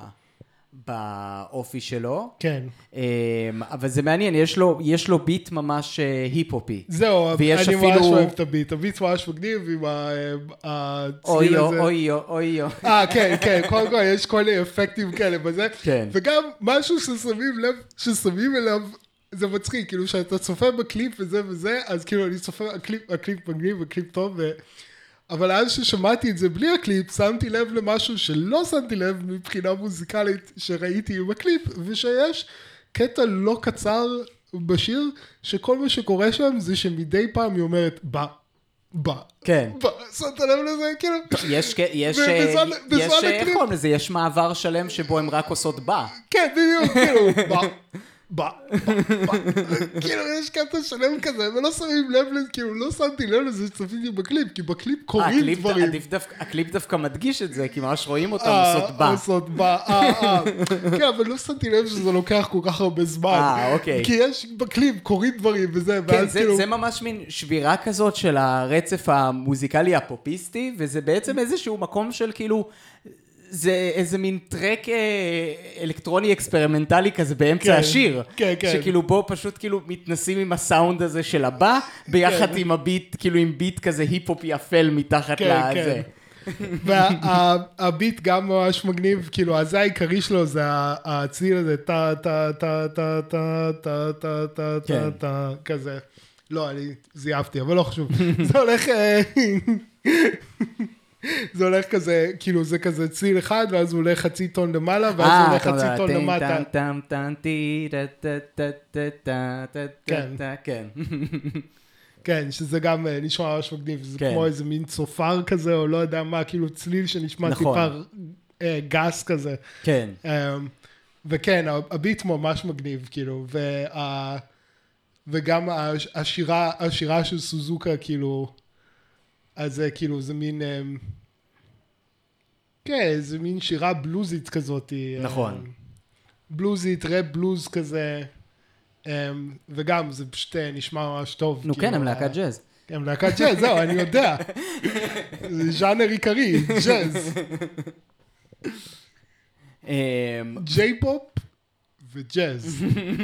באופי שלו. כן. אבל זה מעניין, יש לו, יש לו ביט ממש היפ-הופי. זהו, אני אפילו... ממש אוהב את הביט. הביט ממש מגניב עם הצליל הזה. אוי אוי אוי אוי. אה, כן, כן. קודם כל יש כל מיני אפקטים כאלה בזה. כן. וגם משהו ששמים לב, ששמים אליו, זה מצחיק, כאילו שאתה צופה בקליפ וזה וזה, אז כאילו אני צופה, הקליפ, הקליפ מגניב, הקליפ טוב, ו... אבל אז ששמעתי את זה בלי הקליפ, שמתי לב למשהו שלא שמתי לב מבחינה מוזיקלית שראיתי עם הקליפ, ושיש קטע לא קצר בשיר, שכל מה שקורה שם זה שמדי פעם היא אומרת, בא, בא, כן. בא, שמת לב לזה, כאילו. יש, יש, יש, איך קוראים לזה? יש מעבר שלם שבו הם רק עושות בא. כן, בדיוק, כאילו, בא. בא, בא, בא, כאילו יש קטע שלם כזה, ולא שמים לב לזה, כאילו לא שמתי לב לזה שצפיתי בקליפ, כי בקליפ קוראים דברים. הקליפ דווקא מדגיש את זה, כי ממש רואים אותם עושות בא. עושות בא, אה, אה. כן, אבל לא שמתי לב שזה לוקח כל כך הרבה זמן. אה, אוקיי. כי יש בקליפ קוראים דברים וזה, ואז כאילו... זה ממש מין שבירה כזאת של הרצף המוזיקלי הפופיסטי, וזה בעצם איזשהו מקום של כאילו... זה איזה מין טרק אלקטרוני אקספרימנטלי כזה באמצע השיר. כן, כן. שכאילו בו פשוט כאילו מתנסים עם הסאונד הזה של הבא, ביחד עם הביט, כאילו עם ביט כזה היפ-הופי אפל מתחת לזה. והביט גם ממש מגניב, כאילו הזה העיקרי שלו זה הצליל הזה, טה טה טה טה טה טה טה טה טה כזה. לא, אני זייפתי, אבל לא חשוב. זה הולך... זה הולך כזה, כאילו זה כזה צליל אחד, ואז הוא הולך חצי טון למעלה, ואז הוא הולך חצי טון למטה. כן. כן. כן, שזה גם נשמע ממש מגניב, זה כמו איזה מין צופר כזה, או לא יודע מה, כאילו צליל שנשמע טיפה גס כזה. כן. וכן, הביט ממש מגניב, כאילו, וגם השירה, השירה של סוזוקה, כאילו, אז זה כאילו, זה מין, כן, זה מין שירה בלוזית כזאת. נכון. בלוזית, רב בלוז כזה, וגם זה פשוט נשמע ממש טוב. נו כן, הם להקת ג'אז. הם להקת ג'אז, זהו, אני יודע. זה ז'אנר עיקרי, ג'אז. ג'יי-פופ וג'אז.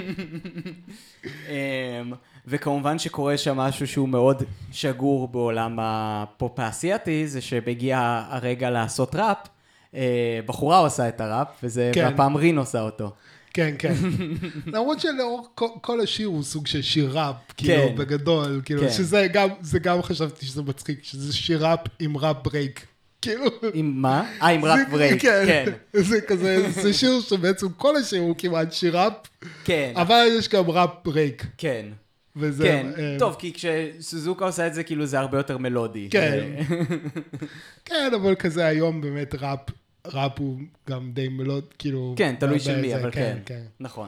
וכמובן שקורה שם משהו שהוא מאוד שגור בעולם הפופ האסייתי, זה שבגיע הרגע לעשות ראפ, בחורה עושה את הראפ, וזה הפעם רין עושה אותו. כן, כן. למרות שלאור כל השיר הוא סוג של שיר ראפ, כאילו, בגדול, כאילו, שזה גם, זה גם חשבתי שזה מצחיק, שזה שיר ראפ עם ראפ ברייק. כאילו... עם מה? אה, עם ראפ ברייק, כן. זה כזה, זה שיר שבעצם כל השיר הוא כמעט שיר ראפ, כן. אבל יש גם ראפ ברייק. כן. וזה... כן, טוב, כי כשסוזוקה עושה את זה, כאילו זה הרבה יותר מלודי. כן. כן, אבל כזה היום באמת ראפ, ראפ הוא גם די מלוד, כאילו... כן, תלוי של מי, אבל כן. נכון.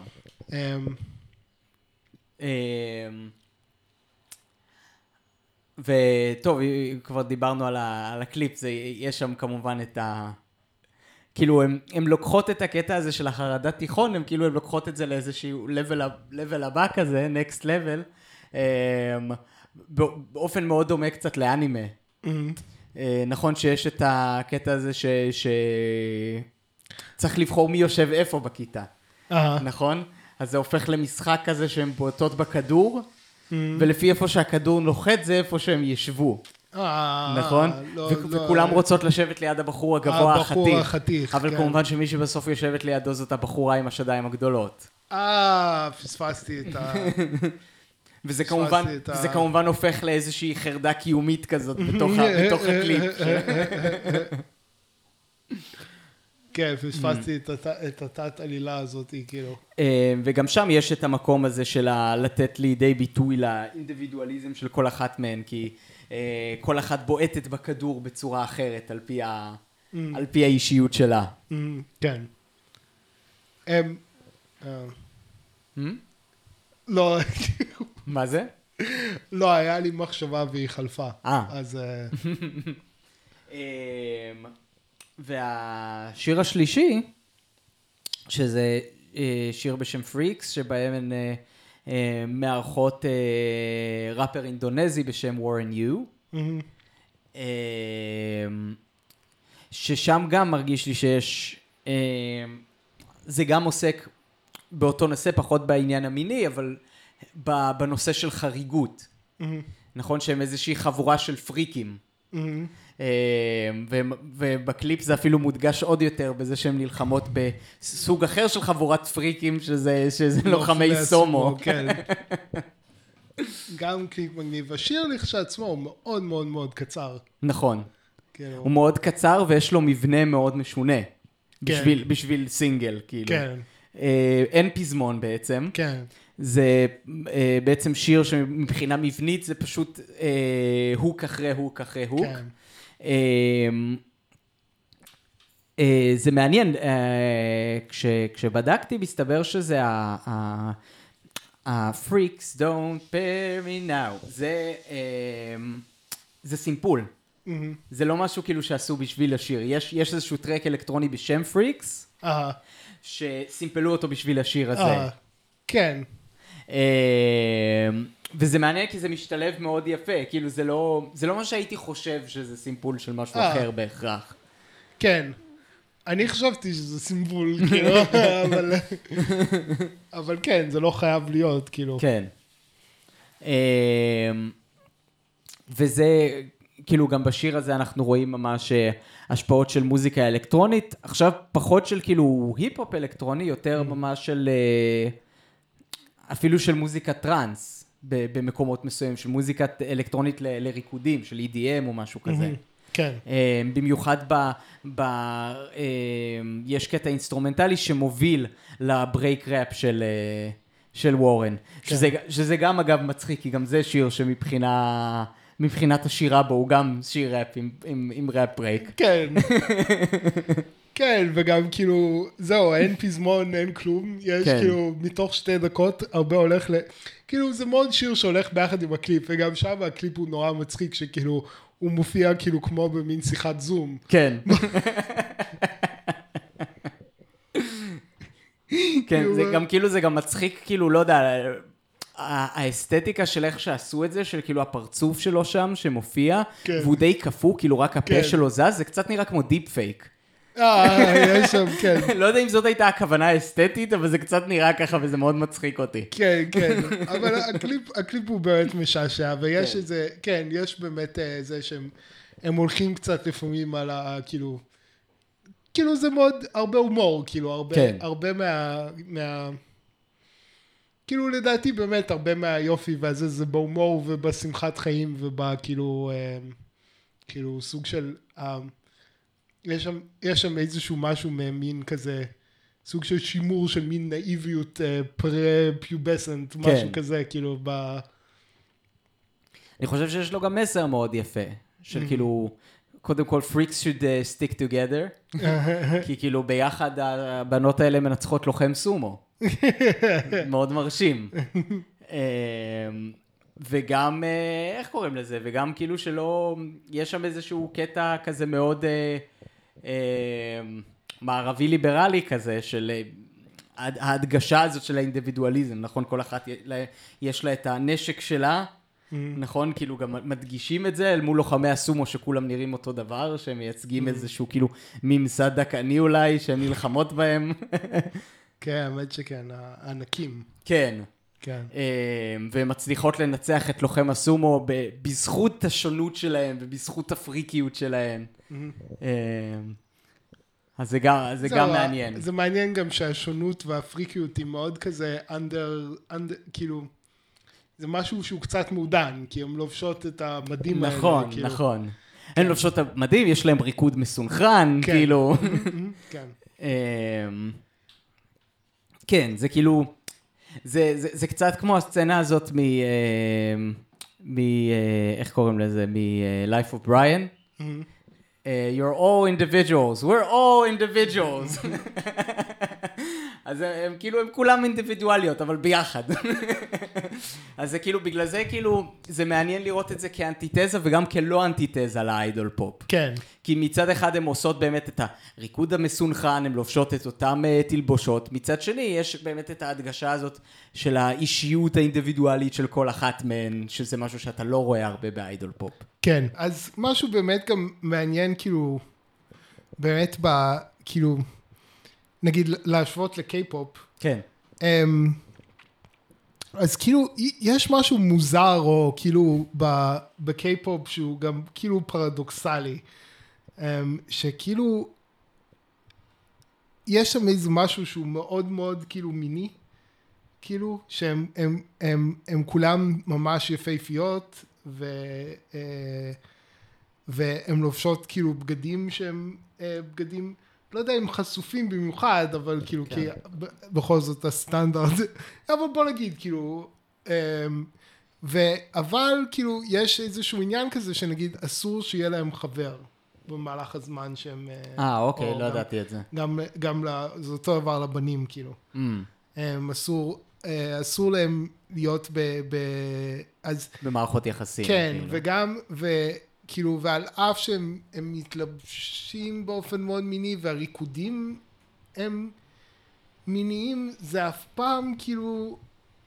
וטוב, כבר דיברנו על הקליפ, יש שם כמובן את ה... כאילו, הם לוקחות את הקטע הזה של החרדת תיכון, הם כאילו, הם לוקחות את זה לאיזשהו level הבא כזה, next level, באופן מאוד דומה קצת לאנימה. נכון שיש את הקטע הזה שצריך לבחור מי יושב איפה בכיתה, נכון? אז זה הופך למשחק כזה שהם בועטות בכדור, ולפי איפה שהכדור נוחת זה איפה שהם ישבו. נכון? וכולם רוצות לשבת ליד הבחור הגבוה החתיך. אבל כמובן שמי שבסוף יושבת לידו זאת הבחורה עם השדיים הגדולות. אה, פספסתי את ה... וזה כמובן הופך לאיזושהי חרדה קיומית כזאת בתוך הקליפ. כן, פספסתי את התת עלילה הזאת, כאילו. וגם שם יש את המקום הזה של לתת לידי ביטוי לאינדיבידואליזם של כל אחת מהן, כי כל אחת בועטת בכדור בצורה אחרת, על פי האישיות שלה. כן. לא. מה זה? לא, היה לי מחשבה והיא חלפה. אה. אז... והשיר השלישי, שזה שיר בשם פריקס, שבהם הן מערכות ראפר אינדונזי בשם וורן יו, ששם גם מרגיש לי שיש, זה גם עוסק באותו נושא, פחות בעניין המיני, אבל בנושא של חריגות. נכון שהם איזושהי חבורה של פריקים. ובקליפ זה אפילו מודגש עוד יותר בזה שהן נלחמות בסוג אחר של חבורת פריקים, שזה לוחמי סומו. גם קליפ מגניב. השיר לכשעצמו הוא מאוד מאוד מאוד קצר. נכון. הוא מאוד קצר ויש לו מבנה מאוד משונה. בשביל סינגל, כאילו. אין פזמון בעצם. כן. זה בעצם שיר שמבחינה מבנית זה פשוט הוק אחרי הוק אחרי הוק. זה מעניין, כשבדקתי מסתבר שזה ה-Freaks Don't Pay Me Now, זה סימפול, זה לא משהו כאילו שעשו בשביל השיר, יש איזשהו טרק אלקטרוני בשם Freaks, שסימפלו אותו בשביל השיר הזה. כן. וזה מעניין כי זה משתלב מאוד יפה, כאילו זה לא, זה לא מה שהייתי חושב שזה סימפול של משהו אחר בהכרח. כן, אני חשבתי שזה סימפול, כאילו, אבל, אבל כן, זה לא חייב להיות, כאילו. כן. וזה, כאילו גם בשיר הזה אנחנו רואים ממש השפעות של מוזיקה אלקטרונית, עכשיו פחות של כאילו היפ-הופ אלקטרוני, יותר ממש של... אפילו של מוזיקה טרנס, במקומות מסוים, של מוזיקת אלקטרונית ל- לריקודים, של E D M או משהו כזה. כן. במיוחד ב... ב יש קטע אינסטרומנטלי שמוביל לברייק ראפ של... של וורן, כן. שזה, שזה גם אגב מצחיק, כי גם זה שיר שמבחינה, מבחינת השירה בו, הוא גם שיר ראפ עם, עם, עם ראפ ברייק. כן. כן, וגם כאילו, זהו, אין פזמון, אין כלום, יש כן. כאילו, מתוך שתי דקות, הרבה הולך ל... כאילו, זה מאוד שיר שהולך ביחד עם הקליפ, וגם שם הקליפ הוא נורא מצחיק, שכאילו, הוא מופיע כאילו כמו במין שיחת זום. כן. כן, זה גם כאילו, זה גם מצחיק, כאילו, לא יודע, האסתטיקה של איך שעשו את זה, של כאילו הפרצוף שלו שם, שמופיע, והוא די קפוא, כאילו רק הפה שלו זז, זה קצת נראה כמו דיפ פייק. אה, יש שם, כן. לא יודע אם זאת הייתה הכוונה האסתטית, אבל זה קצת נראה ככה, וזה מאוד מצחיק אותי. כן, כן, אבל הקליפ הוא באמת משעשע, ויש איזה, כן, יש באמת זה שהם הולכים קצת לפעמים על ה, כאילו, כאילו זה מאוד, הרבה הומור, כאילו, הרבה, כן. הרבה מה, מה, כאילו לדעתי באמת הרבה מהיופי והזה, זה בהומור ובשמחת חיים ובכאילו, כאילו סוג של, יש שם, יש שם איזשהו משהו ממין כזה, סוג של שימור של מין נאיביות פרה-פיובסנט, כן. משהו כזה, כאילו ב... אני חושב שיש לו גם מסר מאוד יפה, של mm-hmm. כאילו, קודם כל, freaks should uh, stick together, כי כאילו ביחד הבנות האלה מנצחות לוחם סומו. מאוד מרשים. וגם, איך קוראים לזה? וגם כאילו שלא, יש שם איזשהו קטע כזה מאוד מערבי ליברלי כזה, של ההדגשה הזאת של האינדיבידואליזם, נכון? כל אחת יש לה את הנשק שלה, נכון? כאילו גם מדגישים את זה אל מול לוחמי הסומו שכולם נראים אותו דבר, שהם מייצגים איזשהו כאילו ממסד דכאני אולי, שהם נלחמות בהם. כן, האמת שכן, הענקים. כן. כן. והן מצליחות לנצח את לוחם הסומו בזכות השונות שלהם ובזכות הפריקיות שלהם. אז זה גם, זה גם מעניין. זה מעניין גם שהשונות והפריקיות היא מאוד כזה under, under, כאילו, זה משהו שהוא קצת מעודן, כי הן לובשות את המדים האלה. נכון, נכון. הן לובשות את המדים, יש להם ריקוד מסונכרן, כאילו. כן. כן, זה כאילו, זה, זה, זה קצת כמו הסצנה הזאת מ, מ, איך קוראים לזה? מ-Life of Brian. You're all individuals, we're all individuals. אז הם כאילו, הם כולם אינדיבידואליות, אבל ביחד. אז זה כאילו, בגלל זה כאילו, זה מעניין לראות את זה כאנטיתזה, וגם כלא אנטיתזה לאיידול פופ. כן. כי מצד אחד הן עושות באמת את הריקוד המסונכרן, הן לובשות את אותם תלבושות, מצד שני יש באמת את ההדגשה הזאת של האישיות האינדיבידואלית של כל אחת מהן, שזה משהו שאתה לא רואה הרבה באיידול פופ. כן, אז משהו באמת גם מעניין, כאילו, באמת ב, כאילו, נגיד להשוות לקיי-פופ. כן. אז כאילו, יש משהו מוזר, או כאילו, בקיי-פופ שהוא גם כאילו פרדוקסלי, שכאילו, יש שם איזה משהו שהוא מאוד מאוד כאילו מיני, כאילו, שהם הם, הם, הם כולם ממש יפהפיות, ו, והם לובשות כאילו בגדים שהם בגדים, לא יודע אם חשופים במיוחד, אבל כאילו, כן. כי בכל זאת הסטנדרט, אבל בוא נגיד, כאילו, ו, אבל כאילו, יש איזשהו עניין כזה שנגיד, אסור שיהיה להם חבר במהלך הזמן שהם... אה, אוקיי, לא ידעתי את זה. גם, גם, זה אותו דבר לבנים, כאילו. Mm. אסור, אסור להם להיות ב... ב אז, במערכות יחסים. כן, כאילו. וגם, וכאילו, ועל אף שהם הם מתלבשים באופן מאוד מיני, והריקודים הם מיניים, זה אף פעם, כאילו,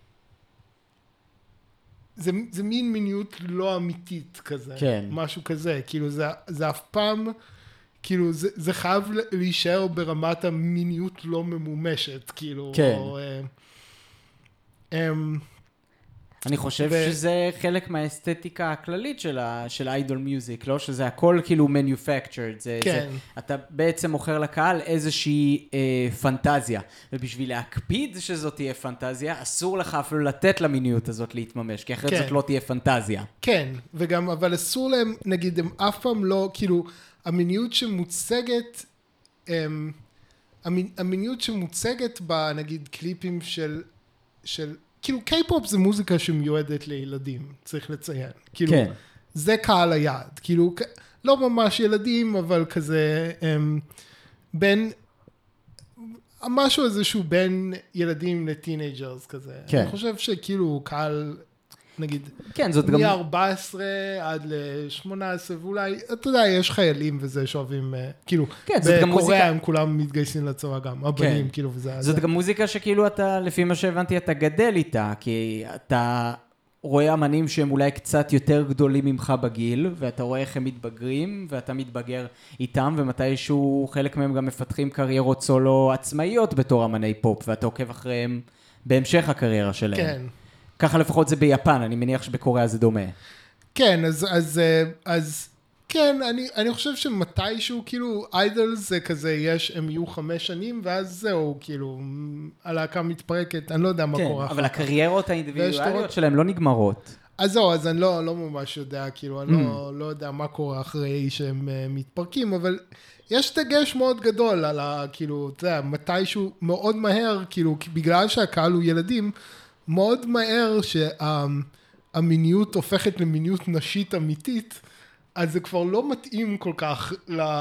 זה, זה מין מיניות לא אמיתית כזה. כן. משהו כזה, כאילו, זה, זה אף פעם, כאילו, זה, זה חייב להישאר ברמת המיניות לא ממומשת, כאילו. כן. או, אה, אה, אני חושב ו... שזה חלק מהאסתטיקה הכללית של, ה... של איידול מיוזיק, לא? שזה הכל כאילו manufactured. זה, כן. זה, אתה בעצם מוכר לקהל איזושהי אה, פנטזיה, ובשביל להקפיד שזאת תהיה פנטזיה, אסור לך אפילו לתת למיניות הזאת להתממש, כי אחרת כן. זאת לא תהיה פנטזיה. כן, וגם, אבל אסור להם, נגיד, הם אף פעם לא, כאילו, המיניות שמוצגת, הם, המיניות שמוצגת בה, נגיד, קליפים של, של, כאילו, קיי-פופ זה מוזיקה שמיועדת לילדים, צריך לציין. כאילו, כן. זה קהל היעד. כאילו, לא ממש ילדים, אבל כזה, הם, בין, משהו איזשהו בין ילדים לטינג'רס כזה. כן. אני חושב שכאילו, קהל, נגיד, כן, זאת גם... מ-ארבע עשרה עד ל-שמונה עשרה, ואולי, אתה יודע, יש חיילים וזה שאוהבים, כאילו, כן, בקוריאה מוזיקה... הם כולם מתגייסים לצבא גם, הבנים, כן. כאילו, וזה... זאת זה... גם מוזיקה שכאילו אתה, לפי מה שהבנתי, אתה גדל איתה, כי אתה רואה אמנים שהם אולי קצת יותר גדולים ממך בגיל, ואתה רואה איך הם מתבגרים, ואתה מתבגר איתם, ומתישהו חלק מהם גם מפתחים קריירות סולו עצמאיות בתור אמני פופ, ואתה עוקב אחריהם בהמשך הקריירה שלהם. כן. ככה לפחות זה ביפן, אני מניח שבקוריאה זה דומה. כן, אז, אז, אז, כן, אני, אני חושב שמתישהו, כאילו, איידול זה כזה, יש, הם יהיו חמש שנים, ואז זהו, כאילו, הלהקה מתפרקת, אני לא יודע מה כן, קורה. אבל הקריירות האינדיבידואליות שלהם לא נגמרות. אז זהו, אז אני לא, לא ממש יודע, כאילו, אני mm. לא, לא יודע מה קורה אחרי שהם uh, מתפרקים, אבל יש דגש מאוד גדול על ה, כאילו, אתה יודע, מתישהו מאוד מהר, כאילו, בגלל שהקהל הוא ילדים, מאוד מהר שהמיניות הופכת למיניות נשית אמיתית, אז זה כבר לא מתאים כל כך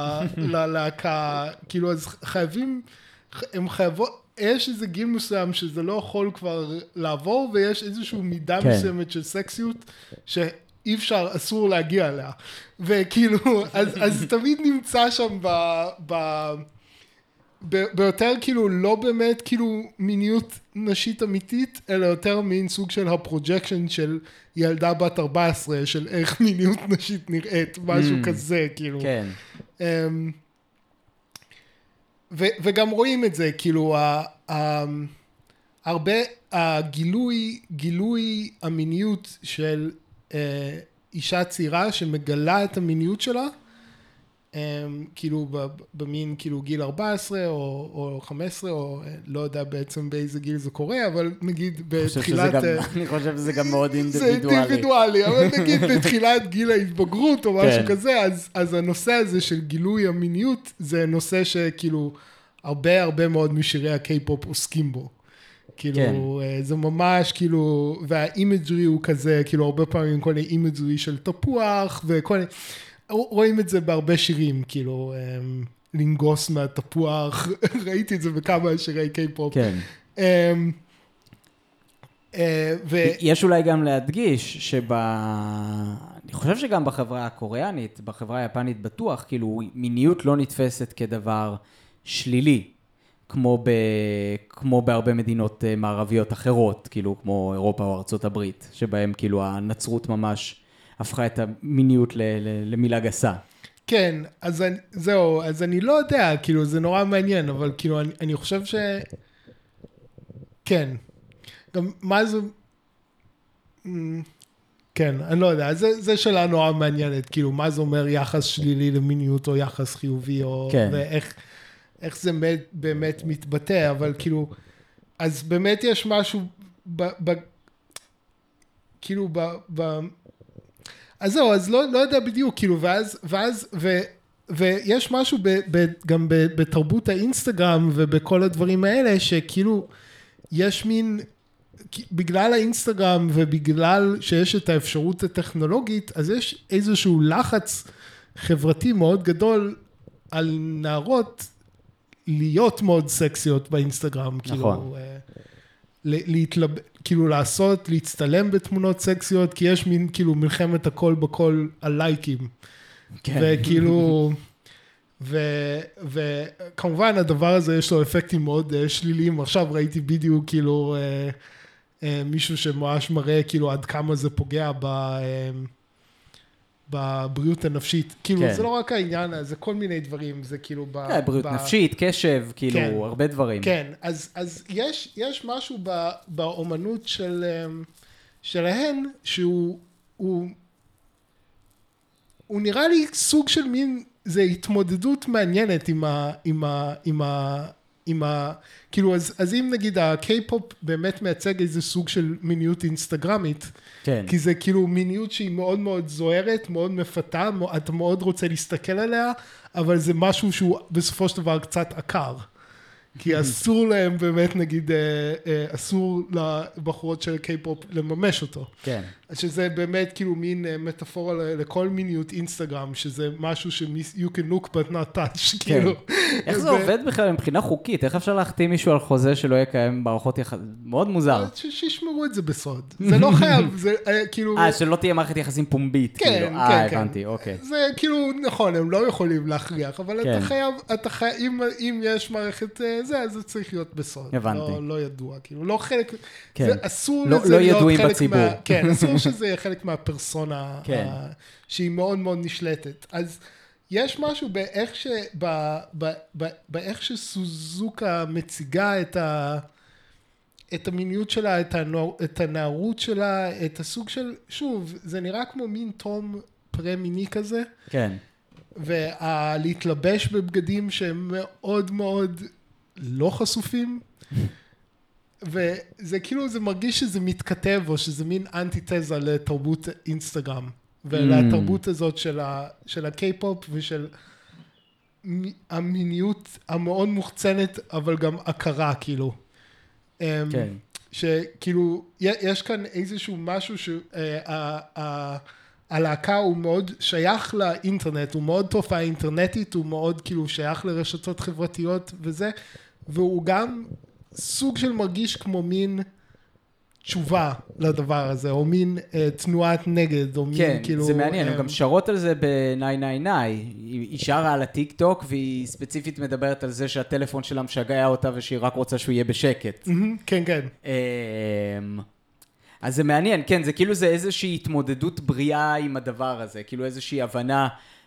ללהקה, כאילו, אז חייבים, הם חייבות, יש איזה גיל מסוים שזה לא יכול כבר לעבור, ויש איזושהי מידה כן. מסוימת של סקסיות, שאי אפשר, אסור להגיע אליה. וכאילו, אז, אז תמיד נמצא שם ב... ב ביותר כאילו לא באמת כאילו מיניות נשית אמיתית, אלא יותר מין סוג של הפרוג'קשן של ילדה בת ארבע עשרה, של איך מיניות נשית נראית, משהו mm, כזה כאילו. כן. Um, ו- וגם רואים את זה, כאילו, ה- ה- הרבה, הגילוי, גילוי המיניות של uh, אישה צעירה שמגלה את המיניות שלה, Um, כאילו במין כאילו גיל ארבע עשרה או, או חמש עשרה או לא יודע בעצם באיזה גיל זה קורה, אבל נגיד בתחילת... גם, אני חושב שזה גם מאוד אינדיבידואלי. זה אינדיבידואלי, אבל נגיד בתחילת גיל ההתבגרות או משהו כזה, אז, אז הנושא הזה של גילוי המיניות זה נושא שכאילו הרבה הרבה מאוד משירי הקיי-פופ עוסקים בו. כאילו כן. זה ממש כאילו, והאימג'רי הוא כזה, כאילו הרבה פעמים כל מיני אימג'רי של תפוח וכל מיני... רואים את זה בהרבה שירים, כאילו, לנגוס מהתפוח, ראיתי את זה בכמה שירי קיי-פופ. כן. יש אולי גם להדגיש שב... אני חושב שגם בחברה הקוריאנית, בחברה היפנית בטוח, כאילו, מיניות לא נתפסת כדבר שלילי, כמו, ב... כמו בהרבה מדינות מערביות אחרות, כאילו, כמו אירופה או ארצות הברית, שבהם כאילו הנצרות ממש... הפכה את המיניות ל- ל- למילה גסה. כן, אז אני, זהו, אז אני לא יודע, כאילו, זה נורא מעניין, אבל כאילו, אני, אני חושב ש... כן. גם, מה זה... כן, אני לא יודע, זה, זה שאלה נורא מעניינת, כאילו, מה זה אומר יחס שלילי למיניות, או יחס חיובי, או... כן. ואיך איך זה באמת מתבטא, אבל כאילו, אז באמת יש משהו ב... ב כאילו, ב... ב אז זהו, אז לא, לא יודע בדיוק, כאילו, ואז, ואז, ו, ויש משהו ב, ב, גם ב, בתרבות האינסטגרם ובכל הדברים האלה, שכאילו, יש מין, בגלל האינסטגרם ובגלל שיש את האפשרות הטכנולוגית, אז יש איזשהו לחץ חברתי מאוד גדול על נערות להיות מאוד סקסיות באינסטגרם, נכון. כאילו, להתלב... כאילו לעשות, להצטלם בתמונות סקסיות, כי יש מין כאילו מלחמת הכל בכל הלייקים. כן. וכאילו, ו... וכמובן הדבר הזה יש לו אפקטים מאוד uh, שליליים. עכשיו ראיתי בדיוק כאילו uh, uh, מישהו שממש מראה כאילו עד כמה זה פוגע ב... Uh, בבריאות הנפשית. כאילו כן. זה לא רק העניין, זה כל מיני דברים, זה כאילו ב... כן, בריאות ב... נפשית, קשב, כאילו כן. הרבה דברים. כן, אז, אז יש, יש משהו ב, באומנות של, שלהן, שהוא, הוא, הוא נראה לי סוג של מין, זה התמודדות מעניינת עם ה, עם ה, עם ה, עם ה, כאילו, אז, אז אם נגיד הקיי-פופ באמת מייצג איזה סוג של מיניות אינסטגרמית, כן. כי זה כאילו מיניות שהיא מאוד מאוד זוהרת, מאוד מפתה, אתה מאוד רוצה להסתכל עליה, אבל זה משהו שהוא בסופו של דבר קצת עקר. כי אסור להם באמת, נגיד, אסור לבחורות של קיי-פופ לממש אותו. כן. שזה באמת כאילו מין מטאפורה לכל מיניות אינסטגרם, שזה משהו ש- you can look but not touch, כאילו. איך זה עובד בכלל מבחינה חוקית? איך אפשר להחתים מישהו על חוזה שלא יקיים מערכות יחסים? מאוד מוזר. שישמרו את זה בסוד. זה לא חייב, זה כאילו... אה, שלא תהיה מערכת יחסים פומבית, כן, כאילו. כן, אה, כן. הבנתי, אוקיי. זה כאילו, נכון, הם לא יכולים להכריח, אבל כן. אתה חייב, אתה חייב, אם, אם יש מערכת זה, אז זה צריך להיות בסוד. הבנתי. לא, לא ידוע, כאילו, לא חלק, כן. זה אסור לא, לזה לא להיות ידועים חלק בציבור. מה, כן, אסור שזה יהיה חלק מהפרסונה, כן. ה, שהיא מאוד מאוד נשלטת. אז יש משהו באיך ש, ב, ב, ב, באיך שסוזוקה מציגה את ה... את המיניות שלה, את, הנוע, את הנערות שלה, את הסוג של, שוב, זה נראה כמו מין תום פרה-מיני כזה. כן. ולהתלבש בבגדים שהם מאוד מאוד לא חשופים. וזה כאילו, זה מרגיש שזה מתכתב, או שזה מין אנטיתזה לתרבות אינסטגרם. ולתרבות הזאת של, ה, של הקיי-פופ ושל המיניות המאוד מוחצנת, אבל גם הכרה, כאילו. כן. שכאילו, יש כאן איזשהו משהו שהלהקה הוא מאוד שייך לאינטרנט, הוא מאוד תופעה אינטרנטית, הוא מאוד כאילו שייך לרשתות חברתיות וזה, והוא גם סוג של מרגיש כמו מין תשובה לדבר הזה, או מין אה, תנועת נגד, או מין כן, כאילו... כן, זה מעניין, אה, הם גם שרות על זה ב-ניי ניי ניי, היא שרה על הטיק טוק, והיא ספציפית מדברת על זה שהטלפון שלה משגע אותה, ושהיא רק רוצה שהוא יהיה בשקט. כן, כן. אז זה מעניין, כן, זה כאילו זה איזושהי התמודדות בריאה עם הדבר הזה, כאילו איזושהי הבנה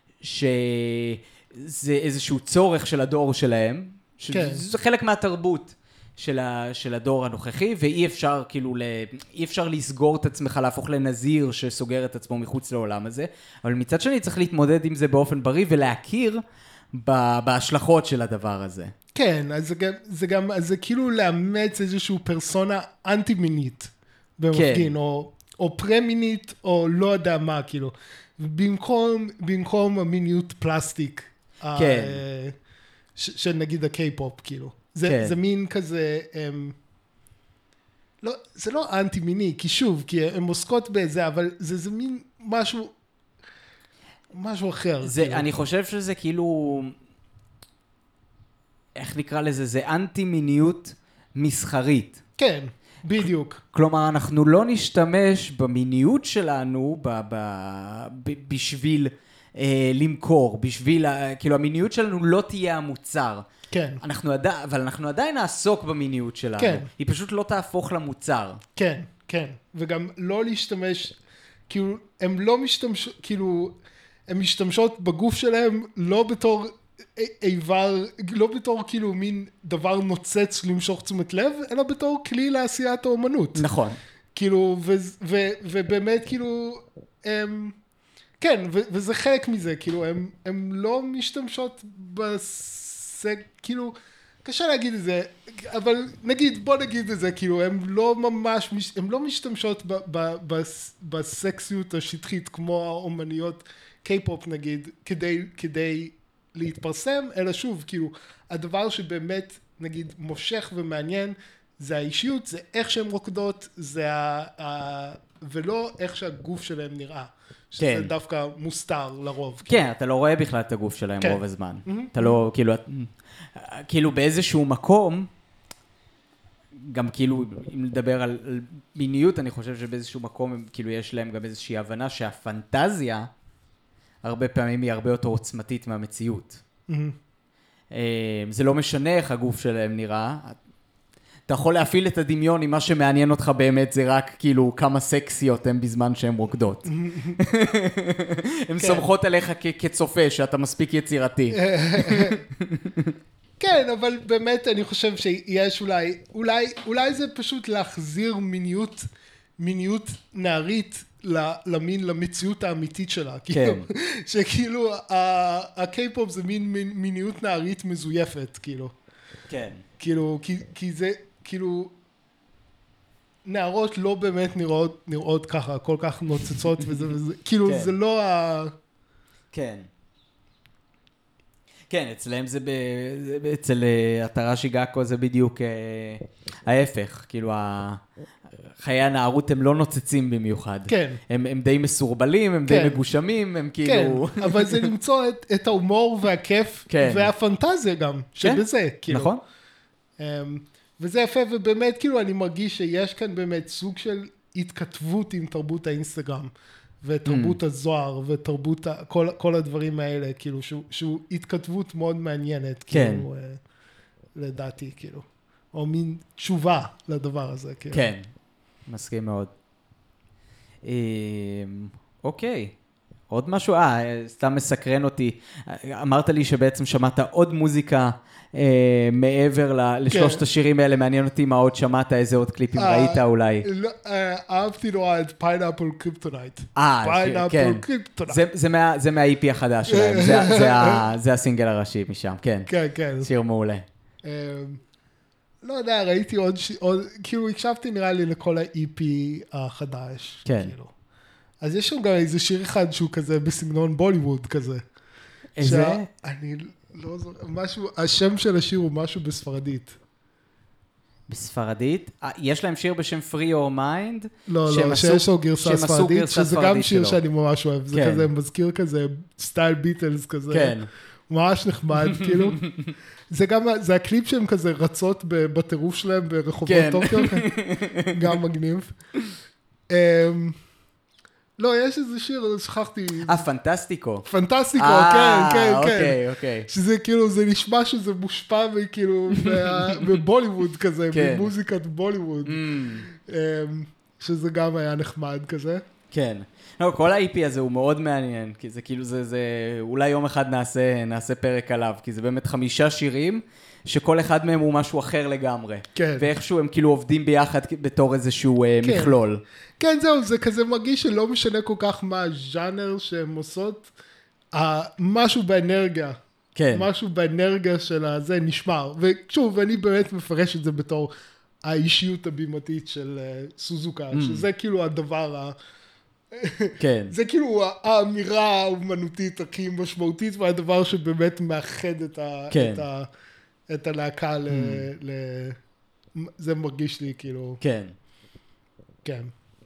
שזה איזשהו צורך של הדור שלהם, שזה חלק מהתרבות. של, ה, של הדור הנוכחי, ואי אפשר כאילו, ל, אי אפשר לסגור את עצמך, להפוך לנזיר שסוגר את עצמו מחוץ לעולם הזה, אבל מצד שני צריך להתמודד עם זה באופן בריא, ולהכיר ב, בהשלכות של הדבר הזה. כן, אז זה גם, זה גם, אז זה כאילו לאמץ איזשהו פרסונה אנטי-מינית במפגין, כן. או, או פרה-מינית, או לא יודע מה, כאילו. במקום, במקום המיניות פלסטיק, כן. ה, ש, של נגיד הקיי-פופ, כאילו. זה, כן. זה מין כזה, הם, לא, זה לא אנטי-מיני, כי שוב, כי הן עוסקות בזה, אבל זה, זה מין משהו, משהו אחר. זה, כאילו. אני חושב שזה כאילו, איך נקרא לזה? זה אנטי-מיניות מסחרית. כן, בדיוק. כלומר, אנחנו לא נשתמש במיניות שלנו ב, ב, ב, בשביל אה, למכור, בשביל, כאילו, המיניות שלנו לא תהיה המוצר. כן. אנחנו עדיין, אבל אנחנו עדיין נעסוק במיניות שלנו. כן. היא פשוט לא תהפוך למוצר. כן, כן. וגם לא להשתמש, כאילו, הם לא משתמש, כאילו, הם משתמשות בגוף שלהם לא בתור איבר, לא בתור כאילו מין דבר נוצץ למשוך תשומת לב, אלא בתור כלי לעשיית האומנות. נכון. כאילו, ו, ו, ובאמת, כאילו, הם, כן, ו, וזה חלק מזה, כאילו, הם, הם לא משתמשות בס... זה כאילו, קשה להגיד את זה, אבל נגיד, בוא נגיד את זה, כאילו, הם לא ממש, הם לא משתמשות ב, ב, ב, בסקסיות השטחית, כמו האומניות קיי-פופ נגיד, כדי, כדי להתפרסם, אלא שוב, כאילו, הדבר שבאמת, נגיד, מושך ומעניין, זה האישיות, זה איך שהן רוקדות, זה ה, ה, ולא איך שהגוף שלהם נראה. שזה כן. דווקא מוסתר לרוב. כן, כאילו. אתה לא רואה בכלל את הגוף שלהם כן. רוב הזמן. Mm-hmm. אתה לא, כאילו, כאילו באיזשהו מקום, גם כאילו, אם לדבר על, על מיניות, אני חושב שבאיזשהו מקום, כאילו יש להם גם איזושהי הבנה שהפנטזיה, הרבה פעמים היא הרבה יותר עוצמתית מהמציאות. Mm-hmm. זה לא משנה איך הגוף שלהם נראה, אתה יכול להפעיל את הדמיון, אם מה שמעניין אותך באמת זה רק כאילו כמה סקסיות הן בזמן שהן רוקדות. הן סומכות עליך כצופה, שאתה מספיק יצירתי. כן, אבל באמת אני חושב שיש אולי, אולי, אולי זה פשוט להחזיר מיניות מיניות נערית למין, למציאות האמיתית שלה. כן. שכאילו, הקיי-פופ זה מין מיניות נערית מזויפת, כאילו. כן. כאילו, כי זה, כאילו, נערות לא באמת נראות, נראות ככה, כל כך נוצצות וזה וזה, כאילו, זה לא ה... כן. כן, אצלם זה, ב... אצל התר"שי גאקו זה בדיוק ההפך, כאילו, חיי הנערות הם לא נוצצים במיוחד. כן. הם, הם די מסורבלים, הם די מגושמים, הם כאילו... כן, אבל זה למצוא את, את ההומור והכיף, והפנטזיה גם, שבזה, כאילו. נכון. וזה יפה, ובאמת, כאילו, אני מרגיש שיש כאן באמת סוג של התכתבות עם תרבות האינסטגרם, ותרבות הזוהר, ותרבות, כל, כל הדברים האלה, כאילו, שהוא, שהוא התכתבות מאוד מעניינת, כן. כאילו, לדעתי, כאילו. או מין תשובה לדבר הזה, כאילו. כן, מסכים מאוד. אוקיי. עוד משהו? אה, סתם מסקרן אותי. אמרת לי שבעצם שמעת עוד מוזיקה אה, מעבר ל- לשלושת כן. השירים האלה. מעניין אותי מה עוד שמעת, איזה עוד קליפים uh, ראית אולי. לא, uh, אהבתי נורא את פיינאפל קריפטונייט. אה, כן. זה, זה, מה, זה מה-אי פי החדש שלהם. זה, זה, ה, זה הסינגל הראשי משם, כן. כן, כן. שיר מעולה. Um, לא יודע, ראיתי עוד, ש... עוד, כאילו הקשבתי נראה לי לכל ה-אי פי החדש. כן. כאילו. אז יש שם גם איזה שיר אחד שהוא כזה בסגנון בוליווד כזה. איזה? שה... אני לא זוכר, משהו, השם של השיר הוא משהו בספרדית. בספרדית? יש להם שיר בשם Free Your Mind? לא, לא, שיש לו גרסה ספרדית, שזה גם שיר שאני ממש אוהב. זה כזה מזכיר כזה סטייל ביטלס כזה. כן. ממש נחמד, כאילו. זה גם, זה הקליפ שהם כזה רצות בטירוף שלהם ברחובות טוקיו. גם מגניב. לא, יש איזה שיר, שכחתי. אה, פנטסטיקו. פנטסטיקו, כן, כן, כן. אוקיי, אוקיי. שזה כאילו, זה נשמע שזה מושפע וכאילו, בבוליווד כזה, במוזיקת בוליווד. שזה גם היה נחמד כזה. כן. לא, כל ה-אי פי הזה הוא מאוד מעניין, כי זה כאילו, זה, זה, אולי יום אחד נעשה, נעשה פרק עליו, כי זה באמת חמישה שירים, שכל אחד מהם הוא משהו אחר לגמרי. כן. ואיכשהו הם כאילו עובדים ביחד בתור איזשהו כן. מכלול. כן, זהו, זה כזה מרגיש שלא משנה כל כך מה הז'אנר שהם עושות, משהו באנרגיה. כן. משהו באנרגיה של הזה נשמר. ושוב, אני באמת מפרש את זה בתור האישיות הבימתית של סוזוקה, mm. שזה כאילו הדבר ה... כן. זה כאילו האמירה האומנותית הכי משמעותית, והדבר שבאמת מאחד את ה... כן. את ה... את הלהקה ל... ל... זה מרגיש לי כאילו... כן. כן.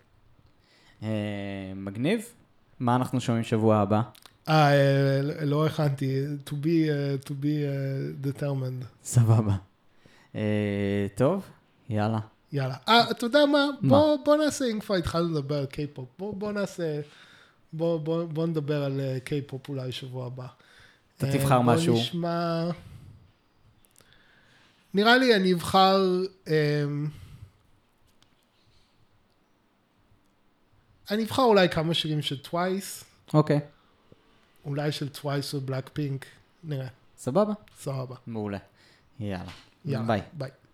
מגניב? מה אנחנו שומעים שבוע הבא? אה, לא הכנתי. To be, to be determined. סבבה. טוב, יאללה. יאללה. אה, אתה יודע מה? בוא, בוא נעשה, אם כבר התחלנו לדבר על קיי-פופ, בוא, בוא נעשה, בוא, בוא, בוא נדבר על קיי-פופ אולי שבוע הבא. אתה תבחר משהו. בוא נשמע... נראה לי אני אבחר, אני אבחר אולי כמה שירים של טווייס. אוקיי. אולי של טווייס או בלאק פינק, נראה. סבבה? סבבה. מעולה. יאללה. יאללה. ביי. ביי.